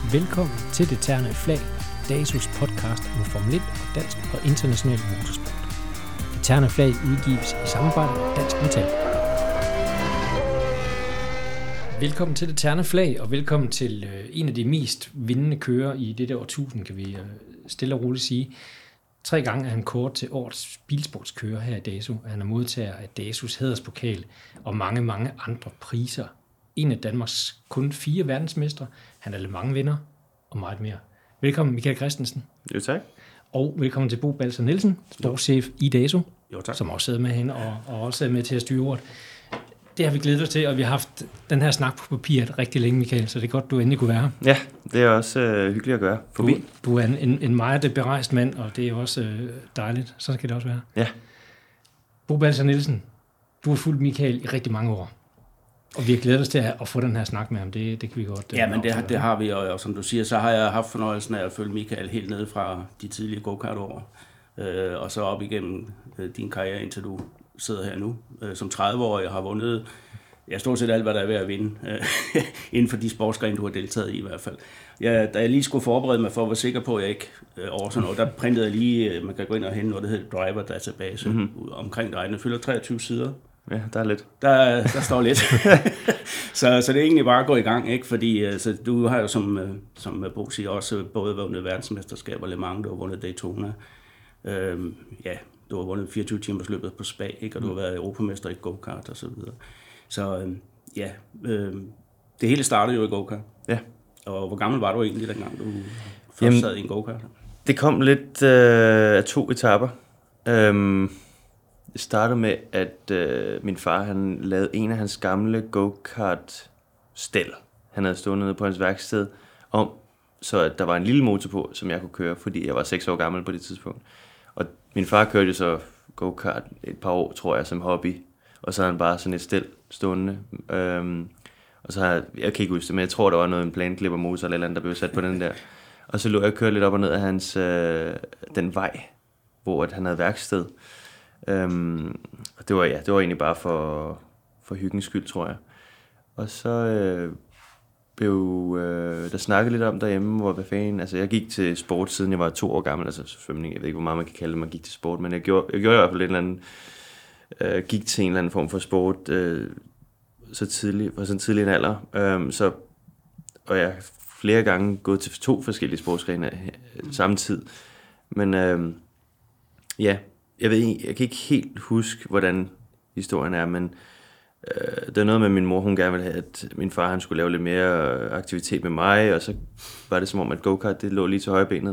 Velkommen til Det Ternede Flag, DASUs podcast om Formel 1 og dansk og international motorsport. Det Ternede Flag udgives i samarbejde med Dansk Metal. Velkommen til Det Ternede Flag, og velkommen til en af de mest vindende kører i dette årtusind, kan vi stille og roligt sige. 3 gange er han kåret til årets bilsportskører her i DASU. Han er modtager af DASUs hæderspokal og mange, mange andre priser. En af Danmarks kun 4 verdensmestre. Han er Le Mans-vinder og meget mere. Velkommen, Michael Christensen. Jo, tak. Og velkommen til Bo Balser Nielsen, sportschef i DASU, jo, tak. Som også sidder med hende og også er med til at styre ordet. Det har vi glædet os til, og vi har haft den her snak på papiret rigtig længe, Michael, så det er godt, du endelig kunne være her. Ja, det er også hyggeligt at gøre. Forbi. Du er en meget berejst mand, og det er også dejligt. Så skal det også være. Ja. Bo Balser Nielsen, du har fulgt Michael i rigtig mange år. Og vi har glædet os til at få den her snak med ham. Det kan vi godt. Ja, men det har vi, og som du siger, så har jeg haft fornøjelsen af at følge Michael helt ned fra de tidlige go-kart-år, og så op igennem din karriere, indtil du sidder her nu. Som 30-årig har vundet stort set alt, hvad der er ved at vinde, inden for de sportsgrene, du har deltaget i hvert fald. Ja, da jeg lige skulle forberede mig for at være sikker på, at jeg ikke over sådan noget, der printede jeg lige, man kan gå ind og hente noget, der hedder Driver Database omkring dig. Den fylder 23 sider. Ja, der er lidt. Der står lidt. så det er egentlig bare at gå i gang, ikke? Fordi så du har jo, som Bo siger, også både vundet verdensmesterskaber, Le Mans, du har vundet Daytona. Du har vundet 24 timers løbet på Spa, ikke? Og du har været europamester i go-kart og så videre. Så det hele startede jo i go-kart. Ja. Og hvor gammel var du egentlig, dengang du først sad i en go-kart? Det kom lidt af 2 etaper. Det startede med, at min far han lavede en af hans gamle go-kart-stel. Han havde stået nede på hans værksted om, så at der var en lille motor på, som jeg kunne køre, fordi jeg var 6 år gammel på det tidspunkt. Og min far kørte jo så go-kart et par år, tror jeg, som hobby. Og så havde han bare sådan et stel stående. Og så har jeg kan ikke huske det, men jeg tror, der var noget en planklipper motor eller andet, der blev sat på den der. Og så lå jeg og kørte lidt op og ned af hans, den vej, hvor han havde værksted. Og det var egentlig bare for hyggens skyld, tror jeg. Og så blev der snakket lidt om derhjemme, hvor hvad fanden, altså jeg gik til sport siden jeg var 2 år gammel, altså svømning, jeg ved ikke hvor meget man kan kalde det, man gik til sport, men jeg gjorde i hvert fald et eller andet, gik til en eller anden form for sport så tidligt, på sådan en tidlig en alder, og jeg har flere gange gået til 2 forskellige sportsgrene samme tid, men jeg kan ikke helt huske, hvordan historien er, men det er noget med min mor, hun gerne ville have, at min far han skulle lave lidt mere aktivitet med mig, og så var det som om, at go-kart, det lå lige til højrebenet.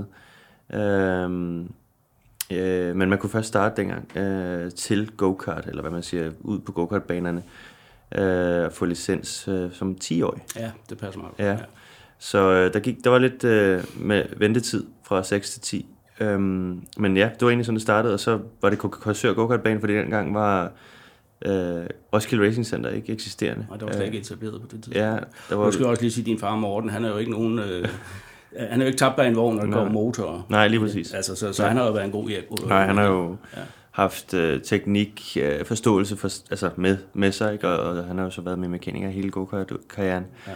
Men man kunne først starte dengang til go-kart, eller hvad man siger, ud på go-kart-banerne, og få licens som 10-årig. Ja, det passer meget. Ja. Så der var lidt med ventetid fra 6 til 10. Men ja, det var egentlig sådan, det startede, og så var det Korsør go-kart-bane, fordi dengang var Roskilde Racing Center ikke eksisterende. Og det var slet ikke etableret på det tidspunkt. Ja, der var... Du skal også lige sige, din far Morten, han er jo ikke nogen... han er jo ikke tabt bag en vogn, når der går motor. Nej, lige præcis. Altså, så han har jo været en god hjælp. Nej, han har jo haft teknik, forståelse for, med sig, ikke? Og han har jo så været med mekaniker hele go-kart-karrieren. Ja.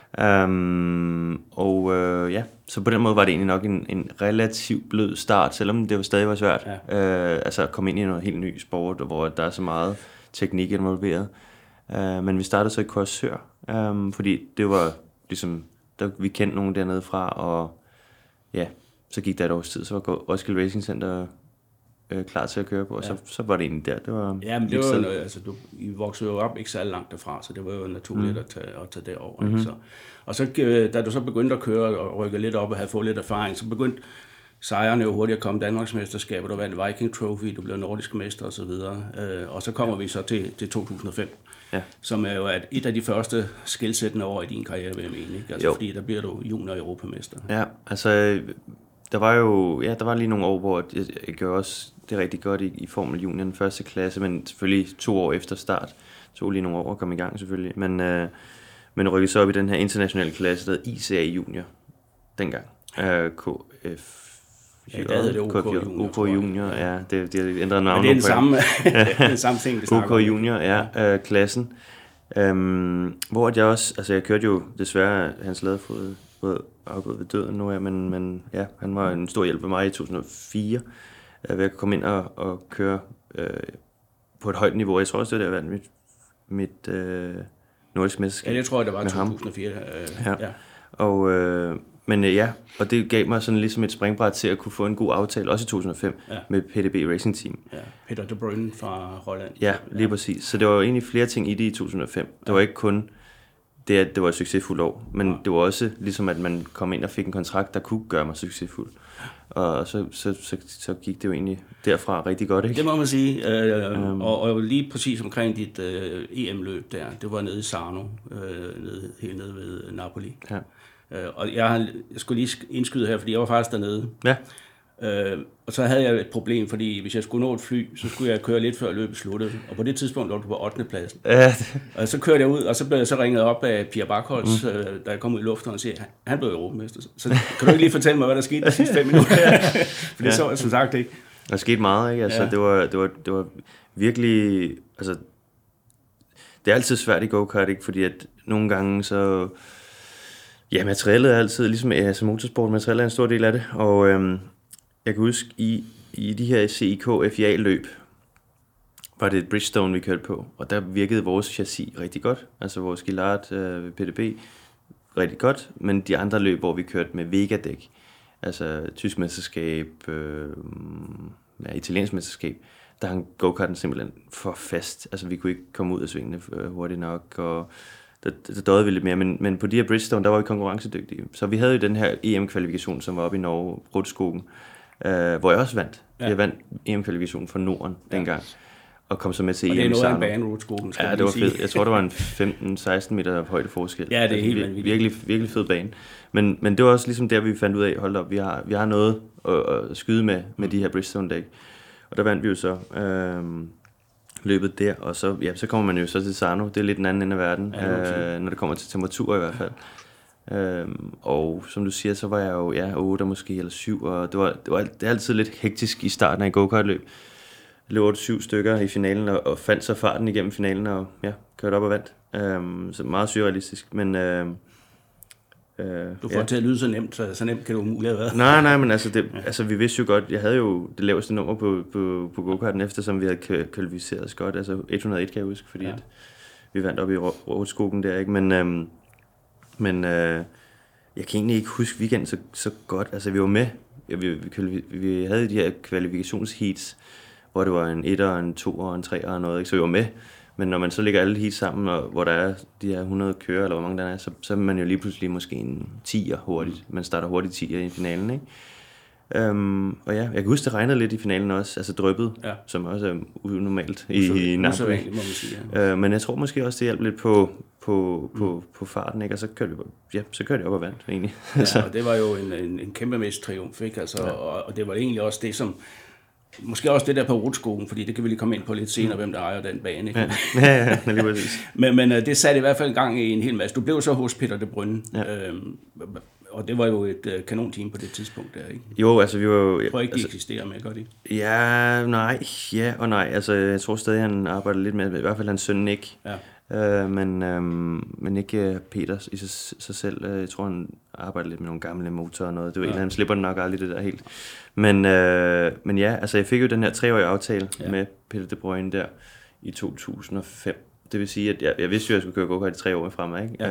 Så på den måde var det egentlig nok en relativt blød start, selvom det jo stadig var svært. Ja. At komme ind i noget helt ny sport, hvor der er så meget teknik involveret. Men vi startede så i Korsør, fordi det var ligesom, vi kendte nogen dernede fra, og ja, så gik der et års tid, så var Roskilde Racing Center klar til at køre på, og så var det egentlig der. Det var men det var jo noget, altså I voksede jo op ikke så langt derfra, så det var jo naturligt at tage derover. Mm-hmm. Så. Og så da du så begyndte at køre og rykke lidt op og havde fået lidt erfaring, så begyndte sejrene jo hurtigt at komme Danmarksmesterskaber, du vandt Viking Trophy, du blev nordisk mester og så videre. Og så kommer vi så til 2005, som er jo et af de første skilsættende år i din karriere, vil jeg mene, ikke? Altså, fordi der bliver du junior europamester. Ja, altså der var lige nogle år, hvor jeg gjorde også det rigtig godt i Formel Junior, den første klasse, men selvfølgelig 2 år efter start. Tog lige nogle år at komme i gang selvfølgelig, men rykkede så op i den her internationale klasse, der hedder ICA Junior dengang. KF. Ja, der hedder det OK Junior, ja, det ændrede navn. Men det er den samme ting, vi snakker OK Junior, ja, klassen. Hvor jeg også, altså jeg kørte jo desværre Hans Ladefod afgået ved døden nu, men ja, han var en stor hjælp for mig i 2004, ved at komme ind og køre på et højt niveau. Jeg tror også, det var mit nordisk mesterskab. Ja, det tror jeg, det var 2004. Ja. Og det gav mig sådan ligesom et springbræt til at kunne få en god aftale, også i 2005, med PDB Racing Team. Ja, Peter de Bruyne fra Holland. Ja, lige præcis. Så det var jo egentlig flere ting i det i 2005. Det var ikke kun det, at det var et succesfuldt år, men det var også ligesom, at man kom ind og fik en kontrakt, der kunne gøre mig succesfuld. Og så gik det jo egentlig derfra rigtig godt, ikke? Det må man sige. Og lige præcis omkring dit EM-løb der, det var nede i Sarno, helt nede ved Napoli. Ja. Og jeg skulle lige indskyde her, fordi jeg var faktisk dernede. Ja. Og så havde jeg et problem, fordi hvis jeg skulle nå et fly, så skulle jeg køre lidt før løbet sluttede. Og på det tidspunkt lå du på 8. pladsen. Ja. Og så kørte jeg ud, og så blev jeg så ringet op af Pierre Bachholz, da jeg kom ud i luften og siger, han blev europamester. Så kan du ikke lige fortælle mig, hvad der skete de sidste 5 minutter? For det så jeg som sagt ikke. Der skete meget, ikke? Altså, det var virkelig... Altså, det er altid svært i go-kart, ikke? Fordi at nogle gange så... Ja, materialet er altid, ligesom altså motorsport, materialet er en stor del af det, og jeg kan huske, i de her CIK FIA-løb, var det et Bridgestone, vi kørte på, og der virkede vores chassis rigtig godt, altså vores Gillard PDB rigtig godt, men de andre løb, hvor vi kørte med Vega-dæk, altså tysk mesterskab, italiensk mesterskab, der hang go-karten simpelthen for fast, altså vi kunne ikke komme ud af svingene hurtigt nok, og der døde vi lidt mere, men på de her Bridgestone, der var vi konkurrencedygtige. Så vi havde jo den her EM-kvalifikation, som var oppe i Norge, Rudskogen, hvor jeg også vandt. Ja. Jeg vandt EM-kvalifikationen for Norden dengang, og kom så med til EM. Og det er noget af en bane, Rudskogen, skal det var fedt. Jeg tror, der var en 15-16 meter højde forskel. Ja, det er helt vanvittigt. Virkelig fed bane. Men det var også ligesom der, vi fandt ud af, hold op, vi har noget at skyde med de her Bridgestone-dæk. Og der vandt vi jo så... løbet der, og så kommer man jo så til Sarno. Det er lidt en anden ende af verden, når det kommer til temperatur i hvert fald. Og som du siger, så var jeg jo 8 måske, eller 7, og det er altid lidt hektisk i starten af et go-kart-løb. Jeg løb 7 stykker i finalen, og fandt så farten igennem finalen, og kørte op og vandt. Så meget surrealistisk, men... Du får til at lyde så nemt, så nemt kan det umuligt have været. Nej, men altså vi vidste jo godt, jeg havde jo det laveste nummer på go-karten, eftersom vi havde kvalificeret os godt, altså 101 kan jeg huske, fordi at vi vandt op i Rudskogen der, ikke? Men jeg kan egentlig ikke huske weekenden så godt, altså vi var med, vi havde de her kvalifikationsheats, hvor det var en 1'er, en 2'er og en 3'er og noget, ikke? Så vi var med. Men når man så lægger alle heats sammen, og hvor der er de her 100 kører, eller hvor mange der er, så er man jo lige pludselig måske en 10'er hurtigt. Man starter hurtigt 10'er i finalen, ikke? Og jeg kan huske, det regnede lidt i finalen også, altså dryppet, som også er unormalt i Napoli. Men jeg tror måske også, det hjalp lidt på farten, ikke? Og så kørte jeg op og vandt, egentlig. Ja, og det var jo en kæmpemæssig triumf, ikke? Altså, og det var egentlig også det, som... Måske også det der på Rudskogen, fordi det kan vi lige komme ind på lidt senere, hvem der ejer den bane. Ikke? Ja, lige præcis. Men det satte i hvert fald gang i en hel masse. Du blev så hos Peter de Bruyne, og det var jo et kanonteam på det tidspunkt der, ikke? Jo, altså vi var jo... Jeg tror ikke, de eksisterer med, gør de? Ja, nej. Altså jeg tror stadig, han arbejder lidt med, i hvert fald hans søn Nick. Ja. Men ikke Peter i sig selv. Jeg tror, han arbejder lidt med nogle gamle motorer og noget. Det var han slipper nok aldrig det der helt. Men ja, altså jeg fik jo den her 3-årige aftale med Peter de Bruyne der i 2005. Det vil sige, at jeg vidste jo, at jeg skulle køre go-kart i 3 år fremad, ikke?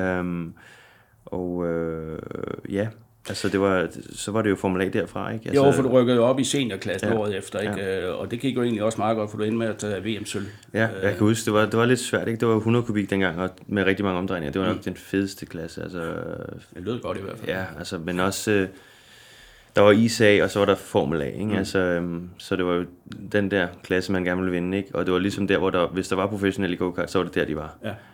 Ja. Altså så var det jo Formel A derfra, ikke? Altså, jo, for du rykkede jo op i seniorklassen året efter, ikke? Og det gik jo egentlig også meget godt, for du endte med at tage VM-sølv. Ja, jeg kan huske, det var lidt svært, ikke? Det var 100 kubik dengang, og med rigtig mange omdrejninger. Det var nok den fedeste klasse, altså... Det lød godt i hvert fald. Ja, altså, men også... der var ISA, og så var der Formel A, ikke? Altså, så det var jo den der klasse, man gerne ville vinde, ikke? Og det var ligesom der, hvor hvis der var professionelle i go-kart, så var det der, de var.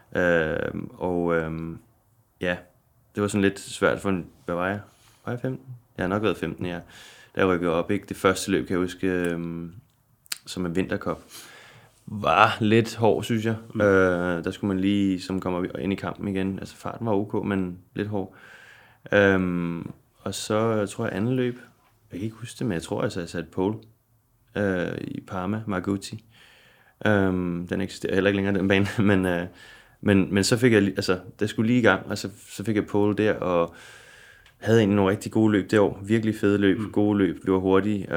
Ja. Det var sådan lidt svært for en... Hvad var jeg? Var jeg 15? Jeg har nok været 15, ja. Da jeg rykkede op, ikke? Det første løb, kan jeg huske, som en vinterkop, var lidt hård, synes jeg. Der skulle man lige komme ind i kampen igen. Altså farten var ok, men lidt hård. Og så tror jeg andet løb. Jeg kan ikke huske det, men jeg tror altså, jeg satte pole i Parma, Margutti. Den eksisterer heller ikke længere, den bane, men så fik jeg, altså, det skulle lige i gang, og så fik jeg pole der, og havde egentlig nogle rigtig gode løb det år. Virkelig fede løb, gode løb, blev hurtige.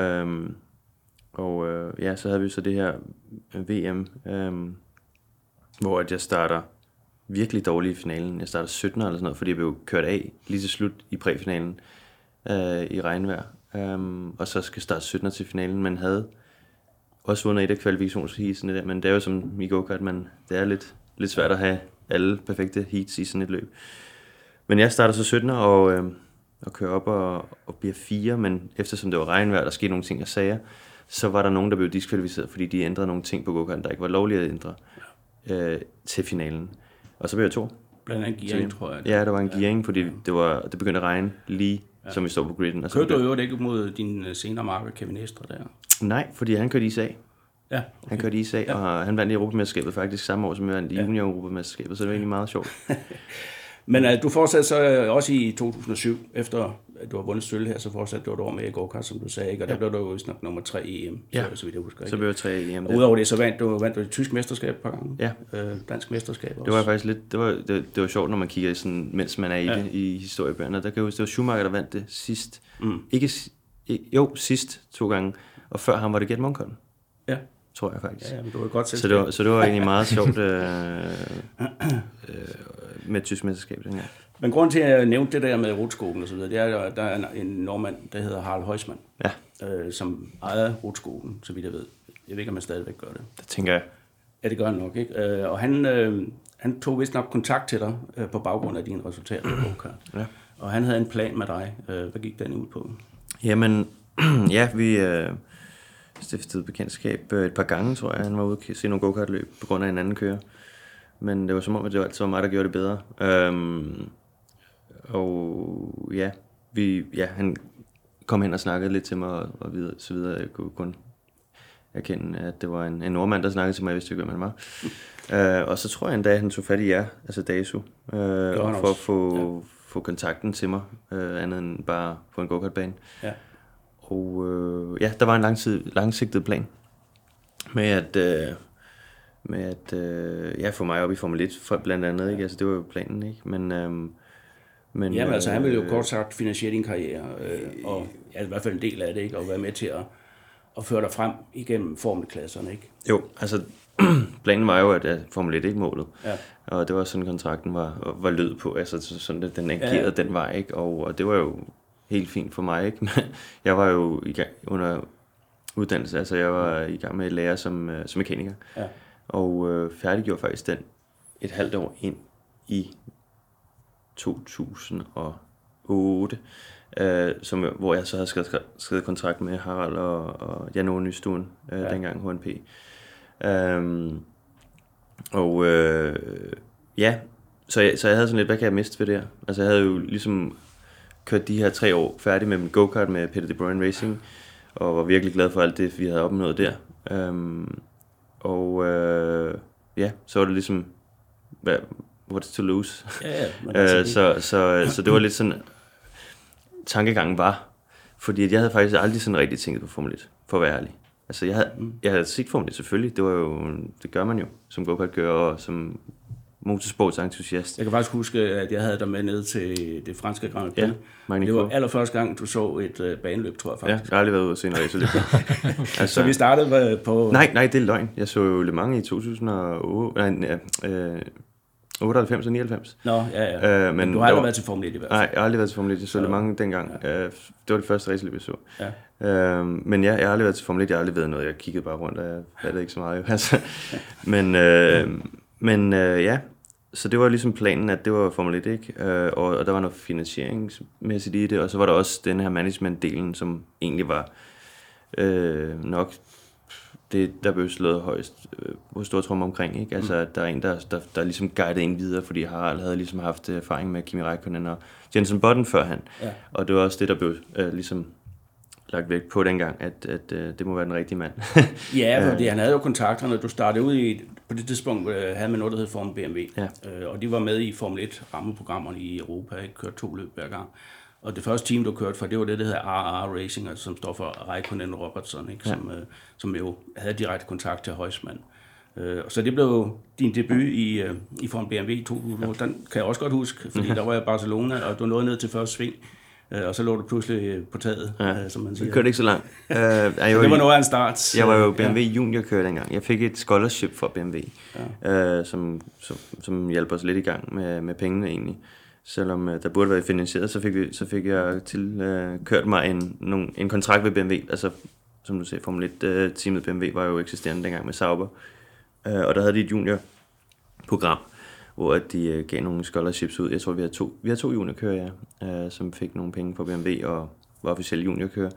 Så havde vi så det her VM, hvor at jeg starter virkelig dårligt i finalen. Jeg starter 17. eller sådan noget, fordi jeg blev kørt af lige til slut i præfinalen i regnvejr. Og så skal starte 17. til finalen, men havde også vundet et af kvalifikationsheatsene der, men det er jo som i go-kart, det er lidt svært at have alle perfekte heats i sådan et løb. Men jeg starter så 17. og kører op og bliver 4, men eftersom det var regnvejr, der skete nogle ting og sager, så var der nogen, der blev diskvalificeret, fordi de ændrede nogle ting på go-kart, der ikke var lovlige at ændre til finalen. Og så blev jeg 2. Blandt andet gearing, tror jeg. Ja, der var en gearing, fordi det begyndte at regne lige, som vi stod på griden. Kørte du jo ikke mod din senere marker, Kevin Estre, der? Nej, fordi han kørte is af. Ja, okay. Han kørte is af, og han vandt i Europamesterskabet faktisk samme år, som jeg vandt i junior-Europamesterskabet, så det var egentlig meget sjovt. Men du fortsatte så også i 2007, efter at du har vundet sølv her, så fortsatte du et år med i go-kart, som du sagde, ikke? Og der blev du jo nok nummer 3 i EM, så vidt jeg husker. Ikke? Så blev jeg 3 i EM. Og udover det, så vandt du det tyske mesterskab et par gange. Ja. Dansk mesterskab også. Det var faktisk lidt, det var sjovt, når man kigger sådan, mens man er i det, i historiebøgerne. Der kan jeg huske, det var Schumacher, der vandt det sidst. Sidst 2 gange, og før ham var det Gert Moncon. Ja. Tror jeg faktisk. Ja, men du var godt så det var egentlig meget sjovt med tysk mesterskab den her. Men grunden til, at jeg nævnte det der med Rutskogen og så videre, det er, at der er en nordmand, der hedder Harald Heusmann, som ejer Rutskogen, så vidt jeg ved. Jeg ved ikke, om man stadigvæk gør det. Det tænker jeg. Ja, det gør han nok, ikke? Og han tog vist nok kontakt til dig på baggrund af dine resultater i go-kart. Ja. Og han havde en plan med dig. Hvad gik den ud på? Jamen, vi stiftede bekendtskab et par gange, tror jeg. Han var ude og se nogle go-kart-løb på grund af en anden kører. Men det var som om, at det altid var mig, der gjorde det bedre. Han kom hen og snakkede lidt til mig og videre, så videre. Jeg kunne kun erkende, at det var en nordmand, der snakkede til mig, jeg vidste ikke, hvem han var. Og så tror jeg en dag, han tog fat i jer, altså DASU, for at få kontakten til mig, andet end bare på en go-kart-bane. Ja. Og der var en langsigtet plan med at få mig op i Formel 1 blandt andet, ikke? Altså det var jo planen, ikke? Men altså han ville jo kort sagt finansiere din karriere, og i hvert fald en del af det, ikke? Og være med til at føre dig frem igennem Formel-klasserne, ikke? Jo, altså planen var jo, at Formel 1 ikke målet. Ja. Og det var sådan, kontrakten var lød på, altså sådan, den agerede den vej, ikke? Og det var jo helt fint for mig, ikke? Jeg var jo i gang under uddannelse, altså jeg var i gang med at lære som mekaniker. Ja. Og færdiggjorde faktisk den et halvt år ind i 2008, hvor jeg så havde skrevet kontrakt med Harald og Jan Ove Nystuen, dengang HNP. Så jeg havde sådan lidt, hvad kan jeg miste ved det her? Altså jeg havde jo ligesom kørt de her 3 år færdig med min go-kart med Peter De Bruyne Racing, og var virkelig glad for alt det, vi havde opnået der. Så var det ligesom, what's to lose? Så det var lidt sådan, tankegangen var, fordi jeg havde faktisk aldrig sådan rigtig tænkt på Formel 1, for at være ærlig. Altså jeg havde set Formel 1 selvfølgelig, det gør man jo, som go-kart-kører og som motorsportsentusiast. Jeg kan faktisk huske, at jeg havde dig med ned til det franske Grand Prix. Ja, det var allerførste gang, du så et baneløb, tror jeg faktisk. Ja, jeg har aldrig været ude og se en racerløb. Altså, så vi startede på... Nej, det er løgn. Jeg så jo Le Mans i 98 og 99. Nå, ja. Men du har aldrig været til Formel 1 i hvert fald. Nej, jeg har aldrig været til Formel 1. Jeg så Le Mans dengang. Ja. Det var det første racerløb, jeg så. Ja. Men jeg har aldrig været til Formel 1. Jeg har aldrig været noget. Jeg kiggede bare rundt, og jeg fattede ikke så meget. Altså. Men så det var ligesom planen, at det var Formel 1, ikke? Og der var noget finansieringsmæssigt i det, og så var der også den her management-delen, som egentlig var nok det, der blev slået højst på stortrum omkring, ikke? Altså, der er en, der ligesom guidede en videre, fordi Harald havde ligesom haft erfaring med Kimi Räikkönen og Jenson Button førhen. Ja. Og det var også det, der blev ligesom lagt vægt på dengang, at det må være den rigtige mand. Ja, fordi han havde jo kontakterne. Du startede ud på det tidspunkt havde man noget, der hed Formel BMW. Ja. Og de var med i Formel 1 rammeprogrammerne i Europa, ikke? Kørte 2 løb hver gang. Og det første team, du kørte for, det var det, der hedder RR Racing, altså, som står for Räikkönen Robertson, ikke? Som jo havde direkte kontakt til Heusmann. Så det blev din debut i Formel BMW i 2000. Den kan jeg også godt huske, fordi der var jeg i Barcelona, og du nåede ned til første sving Og så lå du pludselig på taget, som man siger. Vi kørte ikke så langt. Det var noget af en start. Jeg var jo BMW juniorkører dengang. Jeg fik et scholarship fra BMW, som hjalp os lidt i gang med pengene egentlig. Selvom der burde være finansieret, så fik jeg kørt mig en kontrakt ved BMW. Altså, som du siger, Formel 1-teamet BMW var jo eksisterende dengang med Sauber. Og der havde de et juniorprogram, hvor de gav nogle scholarships ud. Jeg tror, vi har to juniorkører, som fik nogle penge fra BMW og var officielle juniorkører.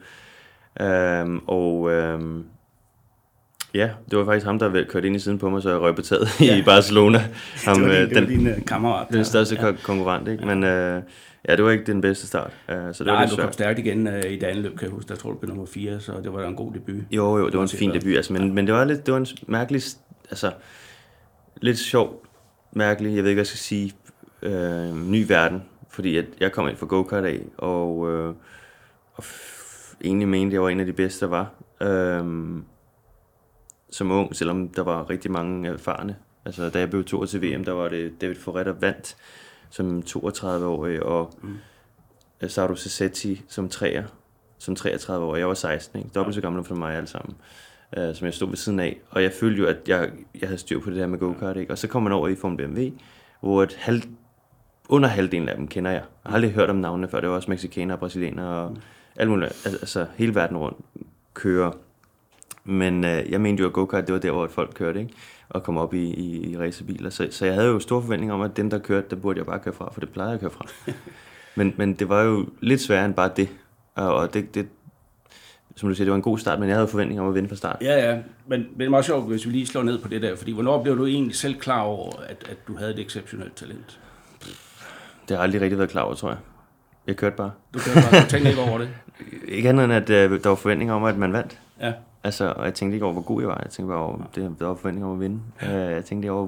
Ja, det var faktisk ham, der kørte ind i siden på mig, så jeg røg på taget i Barcelona. Det var din kammerat. Den største konkurrent, ikke? Men det var ikke den bedste start. Så det var du kom stærkt igen i det andet løb, kan jeg huske. Der tror du blev nummer 4, så det var da en god debut. Jo, det var en fin debut. Altså, men det var en mærkelig, altså lidt sjov, mærkelig, jeg ved ikke, hvad jeg skal sige, ny verden. Fordi jeg kom ind fra go-kart af, og egentlig mente, jeg var en af de bedste, der var. Som ung, selvom der var rigtig mange erfarne. Altså, da jeg blev 2 til VM, der var det David Foret, der vandt som 32-årig, og Sardo Sassetti som 33-årig. Jeg var 16, ikke? Dobbelt så gammel for mig alle sammen, som jeg stod ved siden af. Og jeg følte jo, at jeg havde styr på det der med go-kart, ikke? Og så kom man over i Formel BMW, hvor under halvdelen af dem kender jeg. Jeg har aldrig hørt om navnene før. Det var også mexikanere, brasilianere og alt muligt. Altså, hele verden rundt kører. Men jeg mente jo, at go-kart, det var der, hvor folk kørte, ikke? Og kom op i racerbiler. Så jeg havde jo store forventninger om, at dem, der kørte, der burde jeg bare køre fra, for det plejede jeg at køre fra. men det var jo lidt sværere end bare det. Og det, som du siger, det var en god start, men jeg havde forventninger om at vinde fra start. Ja, men det er meget sjovt, hvis vi lige slår ned på det der, fordi hvornår blev du egentlig selv klar over, at du havde et exceptionelt talent? Det har aldrig rigtig været klar over, tror jeg. Jeg kørte bare. Du tænkte ikke over det? Ikke andet end, at der var forventninger om, at man vandt. Ja. Altså, og jeg tænkte ikke over, hvor god jeg var. Jeg tænkte bare over, der var forventninger om at vinde. Jeg tænkte ikke over,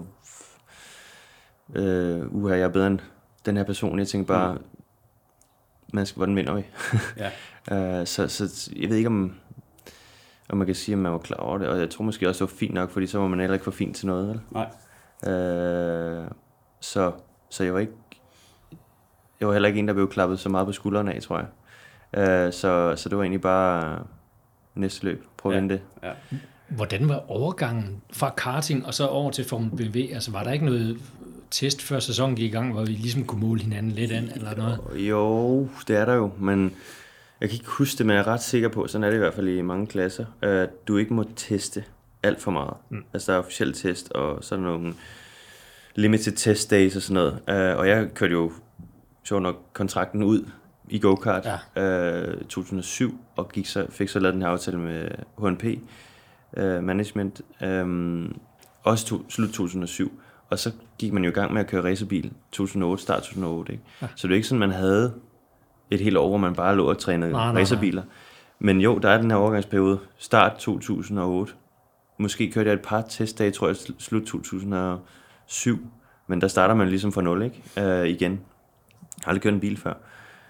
jeg er bedre end den her person. Jeg tænkte bare, hvordan vinder vi? Ja. Så jeg ved ikke, om man kan sige, at man var klar over det. Og jeg tror måske også, det var fint nok, fordi så var man heller ikke for fint til noget. Eller? Nej. Så jeg var heller ikke en, der blev klappet så meget på skuldrene af, tror jeg. Så det var egentlig bare næste løb. Prøv at vinde det. Ja. Hvordan var overgangen fra karting og så over til Formel BMW? Altså var der ikke noget test før sæsonen gik i gang, hvor vi ligesom kunne måle hinanden lidt an eller noget? Jo, det er der jo, men jeg kan ikke huske det, men jeg er ret sikker på, sådan er det i hvert fald i mange klasser, at du ikke må teste alt for meget. Altså der er officielle test, og så er der nogle limited test days og sådan noget. Og jeg kørte jo sjovt nok kontrakten ud i go-kart 2007, og fik så lavet den her aftale med HNP Management, også slut 2007. Og så gik man jo i gang med at køre racerbil 2008, start 2008. Ikke? Ja. Så det er ikke sådan, man havde et helt år, hvor man bare lå og trænede racerbiler. Nej. Men jo, der er den her overgangsperiode, start 2008. Måske kørte jeg et par testdage, tror jeg, slut 2007. Men der starter man ligesom fra 0, ikke? Igen. Jeg har aldrig kørt en bil før.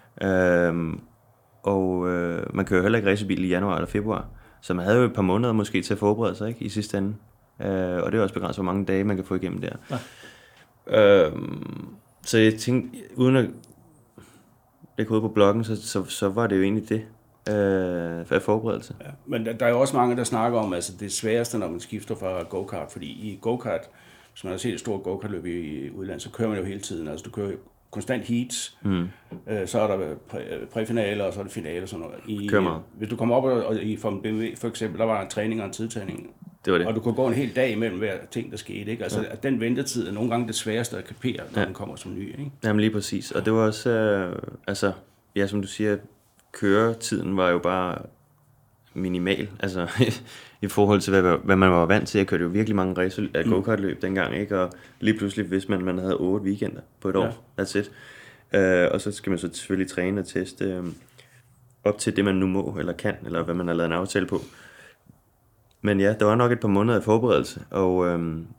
Man kører heller ikke racerbil i januar eller februar. Så man havde jo et par måneder måske til at forberede sig, ikke? I sidste ende. Og det er også begrænset, hvor mange dage man kan få igennem der. Ja. Så jeg tænkte, uden at lægge ud på bloggen, så var det jo egentlig det. For forberedelse. Ja, men der er jo også mange, der snakker om, altså det sværeste, når man skifter fra go-kart, fordi i go-kart, hvis man har set et stort go-kart-løb i udlandet, så kører man jo hele tiden. Altså du kører konstant heats, så er der præfinaler, og så er det finaler og sådan noget. Hvis du kommer op og i Formel BMW for eksempel, der var en træning og en tidtagning. Det var det. Og du kunne gå en hel dag imellem hver ting, der skete. Ikke? Altså, at den ventetid er nogle gange det sværeste at kapere, når den kommer som ny. Ikke? Jamen lige præcis. Og det var også, som du siger, køretiden var jo bare minimal. Altså i forhold til, hvad man var vant til. Jeg kørte jo virkelig mange go-kart-løb dengang, ikke? Og lige pludselig, hvis man havde 8 weekender på et år, that's it. Og så skal man så selvfølgelig træne og teste op til det, man nu må, eller kan, eller hvad man har lavet en aftale på. Men ja, der var nok et par måneder af forberedelse, og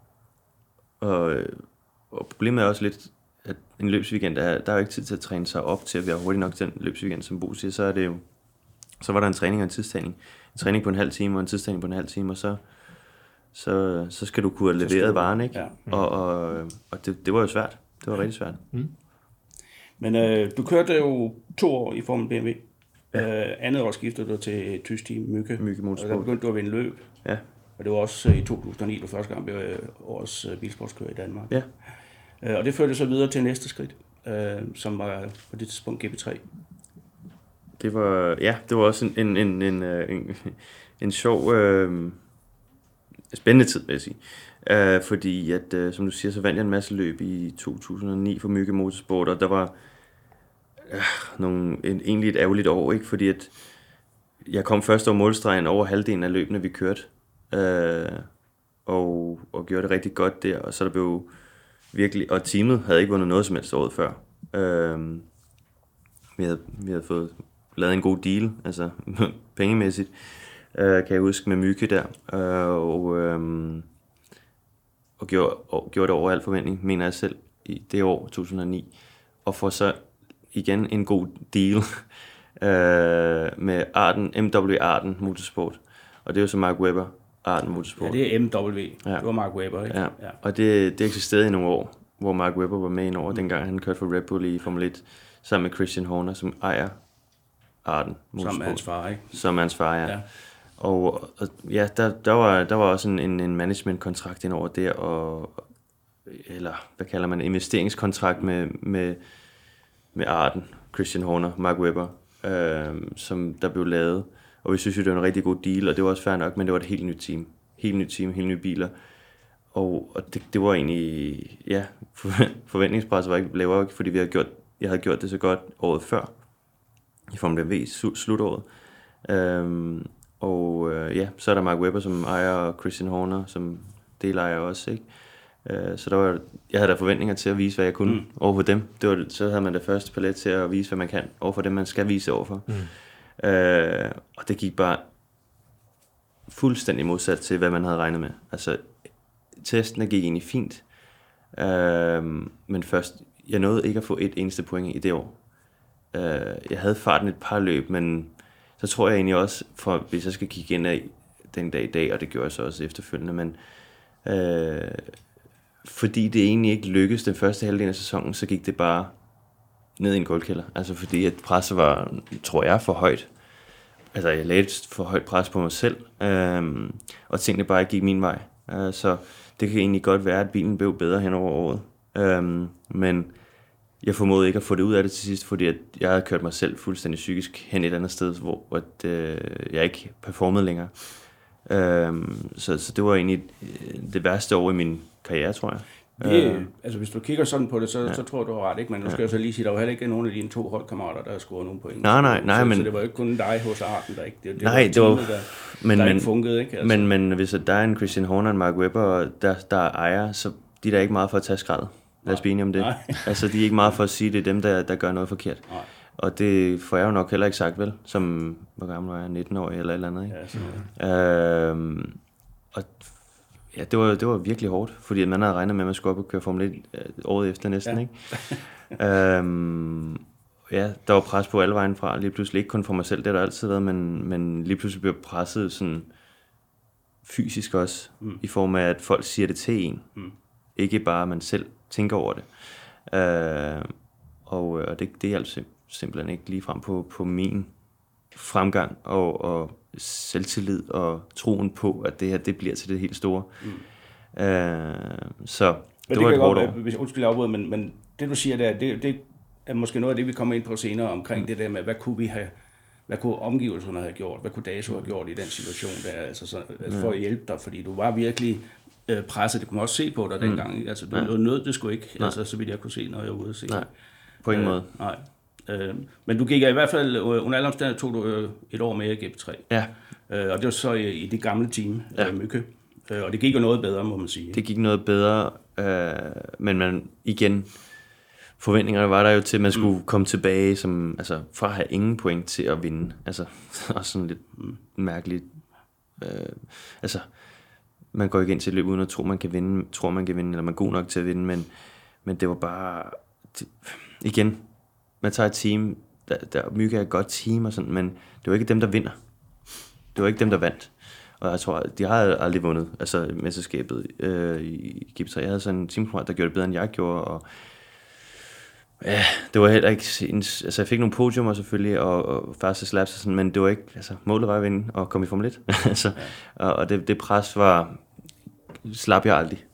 problemet er også lidt, at en løbsweekend, der er jo ikke tid til at træne sig op til at være hurtigt nok til den løbsweekend, som Bo siger, så var der en træning og en tidstagning. En træning på en halv time og en tidstagning på en halv time, og så skal du kunne have leveret varen, ikke? Ja. Og det var jo svært. Det var rigtig svært. Men du kørte jo 2 år i Formel BMW. Andet år skiftede du til et tysk team, Myke Motorsport. Og der begyndte du at vinde løb. Ja. Og det var også i 2009, du første gang blev årets bilsportskører i Danmark. Ja. Og det førte så videre til næste skridt, som var på det tidspunkt GP3. Det var også en sjov, spændende tid, vil jeg sige. Fordi at, som du siger, så vandt jeg en masse løb i 2009 for Myke Motorsport, og der var egentlig et ærgerligt år, ikke? Fordi at jeg kom først over målstregen over halvdelen af løbene, vi kørte, og gjorde det rigtig godt der, og så der blev virkelig, og teamet havde ikke vundet noget som helst året før. Vi havde fået lavet en god deal, altså pengemæssigt, kan jeg huske, med Myke der, og gjorde det over al forventning, mener jeg selv, i det år, 2009, og får så igen en god deal med MW Arden Motorsport, og det er jo så Mark Webber Arden Motorsport. Ja, det er MW, ja. Det var Mark Webber, ikke? Ja. Og det eksisterede i nogle år, hvor Mark Webber var med indover, dengang han kørte for Red Bull i Formel 1, sammen med Christian Horner, som ejer Arden Motorsport. Som hans far, ikke? Som hans far, ja. Og ja, der var også en management-kontrakt indover der, eller hvad kalder man, investeringskontrakt med Arden, Christian Horner, Mark Webber, som der blev lavet. Og vi synes jo, det var en rigtig god deal, og det var også fair nok, men det var et helt nyt team. Helt nyt team, helt nye biler. Og det var egentlig, ja, forventningspresset var ikke lavere, fordi jeg havde gjort det så godt året før, i Formel V slutåret. Ja, så er der Mark Webber, som ejer, Christian Horner, som delejer også, ikke? Så jeg havde der forventninger til at vise, hvad jeg kunne overfor dem. Så havde man det første palet til at vise, hvad man kan overfor dem, man skal vise overfor. Og det gik bare fuldstændig modsat til, hvad man havde regnet med. Altså, testene gik egentlig fint, men først, jeg nåede ikke at få et eneste point i det år. Jeg havde farten et par løb, men så tror jeg egentlig også, hvis jeg skal kigge ind af den dag i dag, og det gjorde jeg så også efterfølgende, men fordi det egentlig ikke lykkedes den første halvdel af sæsonen, så gik det bare ned i en gulvkælder. Altså fordi at presset var, tror jeg, for højt. Altså jeg lagde et for højt pres på mig selv, og tingene bare ikke gik min vej. Så det kan egentlig godt være, at bilen blev bedre hen over året. Men jeg formåede ikke at få det ud af det til sidst, fordi at jeg havde kørt mig selv fuldstændig psykisk hen et eller andet sted, hvor jeg ikke performede længere. Så det var egentlig det værste år i min karriere, tror jeg. Altså hvis du kigger sådan på det, så tror jeg, du har ret, ikke? Men nu skal jeg så lige sige, der var heller ikke nogen af dine 2 holdkammerater, der har scoret nogen point. Nej, men så det var jo ikke kun dig hos Arden, der ikke. Det var teamet, der ikke funkede, ikke? Altså. Men hvis der er en Christian Horner og en Mark Webber, der ejer, så de er der ikke meget for at tage skrædet. Lad os blive enige om det. Altså de er ikke meget for at sige, det er dem, der gør noget forkert. Nej. Og det får jeg jo nok heller ikke sagt, vel? Som, hvor gammel var jeg? 19 år eller et eller andet, ikke? Ja, og ja, det var virkelig hårdt, fordi man havde regnet med, at man skulle op og køre Formel 1 året efter næsten, ikke? Ja, der var pres på alle vejen fra, lige pludselig ikke kun for mig selv, det har der altid været, men lige pludselig blev presset sådan fysisk også, i form af, at folk siger det til en. Ikke bare, man selv tænker over det. Og det hjalp simpelthen ikke lige frem på min fremgang og selvtillid og troen på, at det her, det bliver til det helt store. Så det var et hårdt år. Undskyld afbryde, men det du siger der, det er måske noget af det, vi kommer ind på senere omkring det der med, hvad kunne omgivelserne have gjort, hvad kunne DASO have gjort i den situation der, altså for at hjælpe dig, fordi du var virkelig presset, det kunne man også se på dig dengang, altså du nød det sgu ikke, altså så vidt jeg kunne se, når jeg var ude at se. Nej, på ingen måde. Nej. Men du gik i hvert fald, under alle omstændigheder tog du et år med i GP3. Ja. Og det var så i det gamle team, Myke. Og det gik jo noget bedre, må man sige. Det gik noget bedre, men igen, forventningerne var der jo til, at man skulle komme tilbage som, altså, fra at have ingen point til at vinde. Altså, også sådan lidt mærkeligt. Altså, man går ikke ind til et løb uden at tro, man kan vinde, eller man er god nok til at vinde, men det var bare, igen, man tager et team, der Myke er et godt team og sådan, men det var ikke dem, der vinder. Det var ikke dem, der vandt. Og jeg tror, de har aldrig vundet, altså mesterskabet i GP3. Jeg havde sådan en teamkammerat, der gjorde det bedre, end jeg gjorde, og Ja, det var heller ikke... Altså, jeg fik nogle podiumer selvfølgelig, og første slaps og sådan, men det var ikke... Altså, målet var at vinde og komme i Formel 1. Altså, og det pres var... Slap jeg aldrig.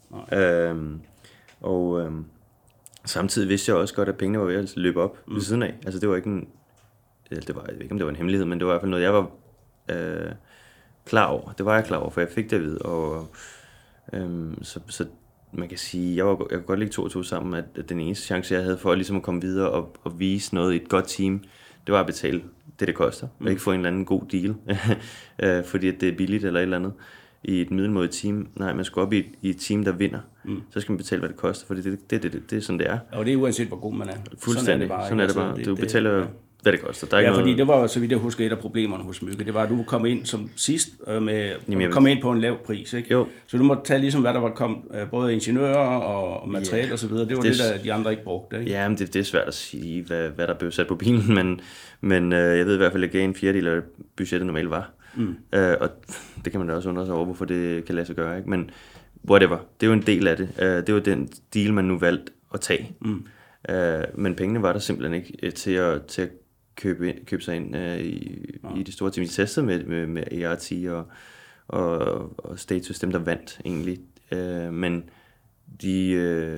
Samtidig vidste jeg også godt, at pengene var ved at løbe op ved siden af. Altså, det var ikke en... Det var, jeg ved ikke, om det var en hemmelighed, men det var i hvert fald noget, jeg var klar over. Det var jeg klar over, for jeg fik det at vide. Og, så man kan sige, jeg kunne godt lægge 2 og 2 sammen, at den eneste chance, jeg havde for ligesom at komme videre og vise noget i et godt team, det var at betale det koster. Og ikke få en eller anden god deal, fordi at det er billigt eller et eller andet i et middelmådigt team. Nej, man skal op i et team, der vinder. Så skal man betale, hvad det koster, for det er sådan, det er. Og det er uanset, hvor god man er. Fuldstændig. Sådan er det bare. Du betaler... hvad det koster. Der er ja, ikke fordi noget... det var, så vidt jeg husker, et af problemerne hos Mygge. Det var, at du kom ind som sidst kom ind på en lav pris. Ikke? Jo. Så du måtte tage ligesom, hvad der var kommet, både ingeniører og materiale og så videre. Det var det der de andre ikke brugte. Ikke? Ja, men det er svært at sige, hvad der blev sat på bilen, men jeg ved i hvert fald, at jeg gav en fjerdedel af budgettet normalt var. Og det kan man da også undre sig over, hvorfor det kan lade sig gøre. Ikke? Men whatever, det er jo en del af det. Det var den deal, man nu valgte at tage. Men pengene var der simpelthen ikke til at købe sig ind i de store team. De testede med ART og Status, dem der vandt egentlig. Men de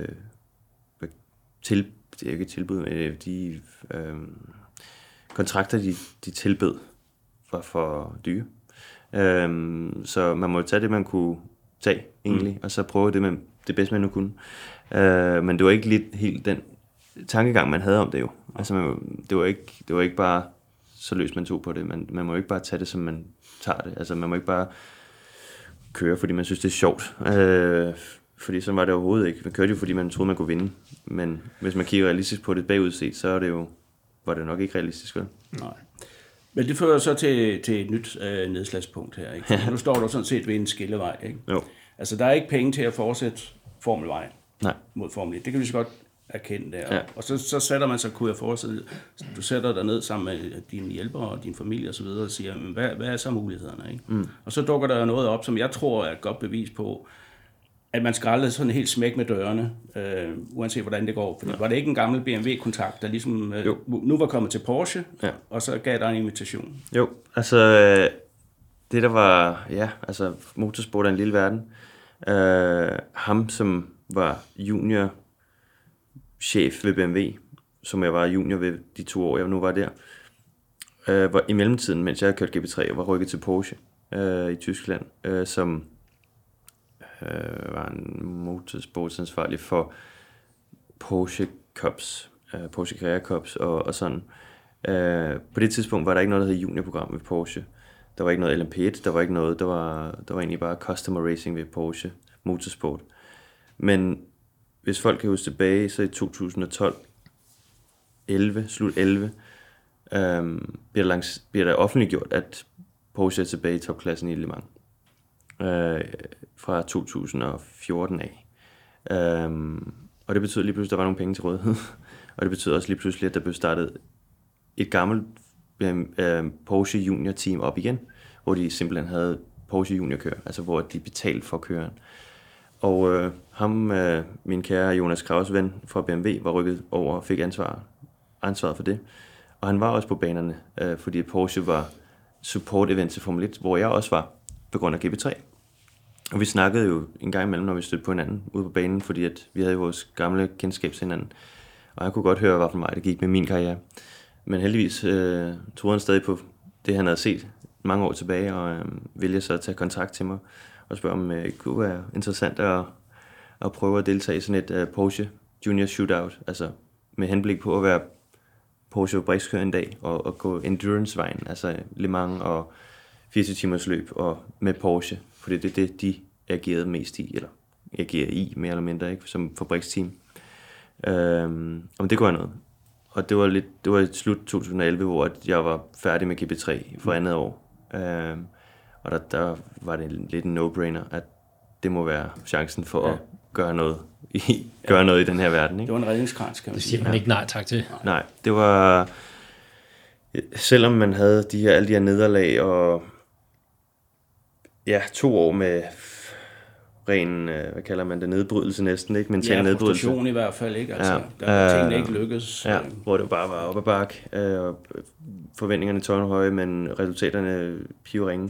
det er ikke tilbud, de kontrakter, de tilbød, var for dyre. Så man må tage det, man kunne tage egentlig, og så prøve det bedste, man nu kunne. Men det var ikke lidt helt den tankegang, man havde om det jo. Altså, det var ikke bare så løst, man tog på det. Man må jo ikke bare tage det, som man tager det. Altså, man må ikke bare køre, fordi man synes, det er sjovt. Fordi sådan var det overhovedet ikke. Man kørte jo, fordi man troede, man kunne vinde. Men hvis man kigger realistisk på det bagudset, så var det nok ikke realistisk, vel? Nej. Men det fører så til et nyt nedslagspunkt her, ikke? Nu står der sådan set ved en skillevej, ikke? Jo. Altså, der er ikke penge til at fortsætte Formelvejen mod Formel 1. Det kan vi så godt erkende der. Ja. Og så sætter man sig, kunne jeg forestille, du sætter dig ned sammen med dine hjælpere og din familie og så videre og siger, hvad er så mulighederne, ikke? Og så dukker der noget op, som jeg tror er et godt bevis på, at man skal aldrig sådan helt smæk med dørene, uanset hvordan det går. Fordi var det ikke en gammel BMW-kontakt, der ligesom nu var kommet til Porsche, og så gav der en invitation? Jo, altså det der var, motorsport er en lille verden. Ham, som var junior-chef ved BMW, som jeg var junior ved de 2 år, jeg nu var der, var i mellemtiden, mens jeg kørte GP3, og var rykket til Porsche i Tyskland, som var en motorsportsansvarlig for Porsche Cups, Porsche Carrera Cups og sådan. På det tidspunkt var der ikke noget, der hed juniorprogram ved Porsche. Der var ikke noget LMP1, der var ikke noget, der var egentlig bare customer racing ved Porsche Motorsport. Men hvis folk kan huske tilbage, så i 2012, slut 11, bliver der offentliggjort, at Porsche er tilbage i topklassen i Le Mans. Fra 2014 af. Og det betyder lige pludselig, at der var nogle penge til rådighed. Og det betyder også lige pludselig, at der blev startet et gammelt Porsche Junior team op igen, hvor de simpelthen havde Porsche Junior kører, altså hvor de betalte for køren. Og min kære Jonas Kraus ven fra BMW, var rykket over og fik ansvaret for det. Og han var også på banerne, fordi Porsche var support event til Formel 1, hvor jeg også var, på grund af GP3. Og vi snakkede jo en gang imellem, når vi stødte på hinanden ude på banen, fordi at vi havde vores gamle kendskab til hinanden. Og jeg kunne godt høre, hvad for mig det gik med min karriere. Men heldigvis troede han stadig på det, han havde set mange år tilbage, og ville så tage kontakt til mig og spørge, om det kunne være interessant at prøve at deltage i sådan et Porsche Junior Shootout, altså med henblik på at være Porsche fabrikskører en dag og gå endurance-vejen, altså Le Mans og 24 timers løb og med Porsche, for det er det, de agerede mest i, eller agerer i mere eller mindre, ikke, som fabriksteam. Om det kunne være noget. Og det var i slut 2011, hvor jeg var færdig med GP3 for andet år. Og der var det lidt en no-brainer, at det må være chancen for at gøre noget i den her verden. Ikke? Det var en redningskrans, kan man sige. Det siger man ikke nej tak til. Nej, det var... Selvom man havde alle de her nederlag og 2 år med ren, hvad kalder man det, nedbrydelse næsten, ikke? Mental nedbrydelse. Frustration i hvert fald, ikke? Altså, der tingene ikke lykkes. Ja, hvor det bare var op ad bakke, og forventningerne tårnhøje, men resultaterne pivringe.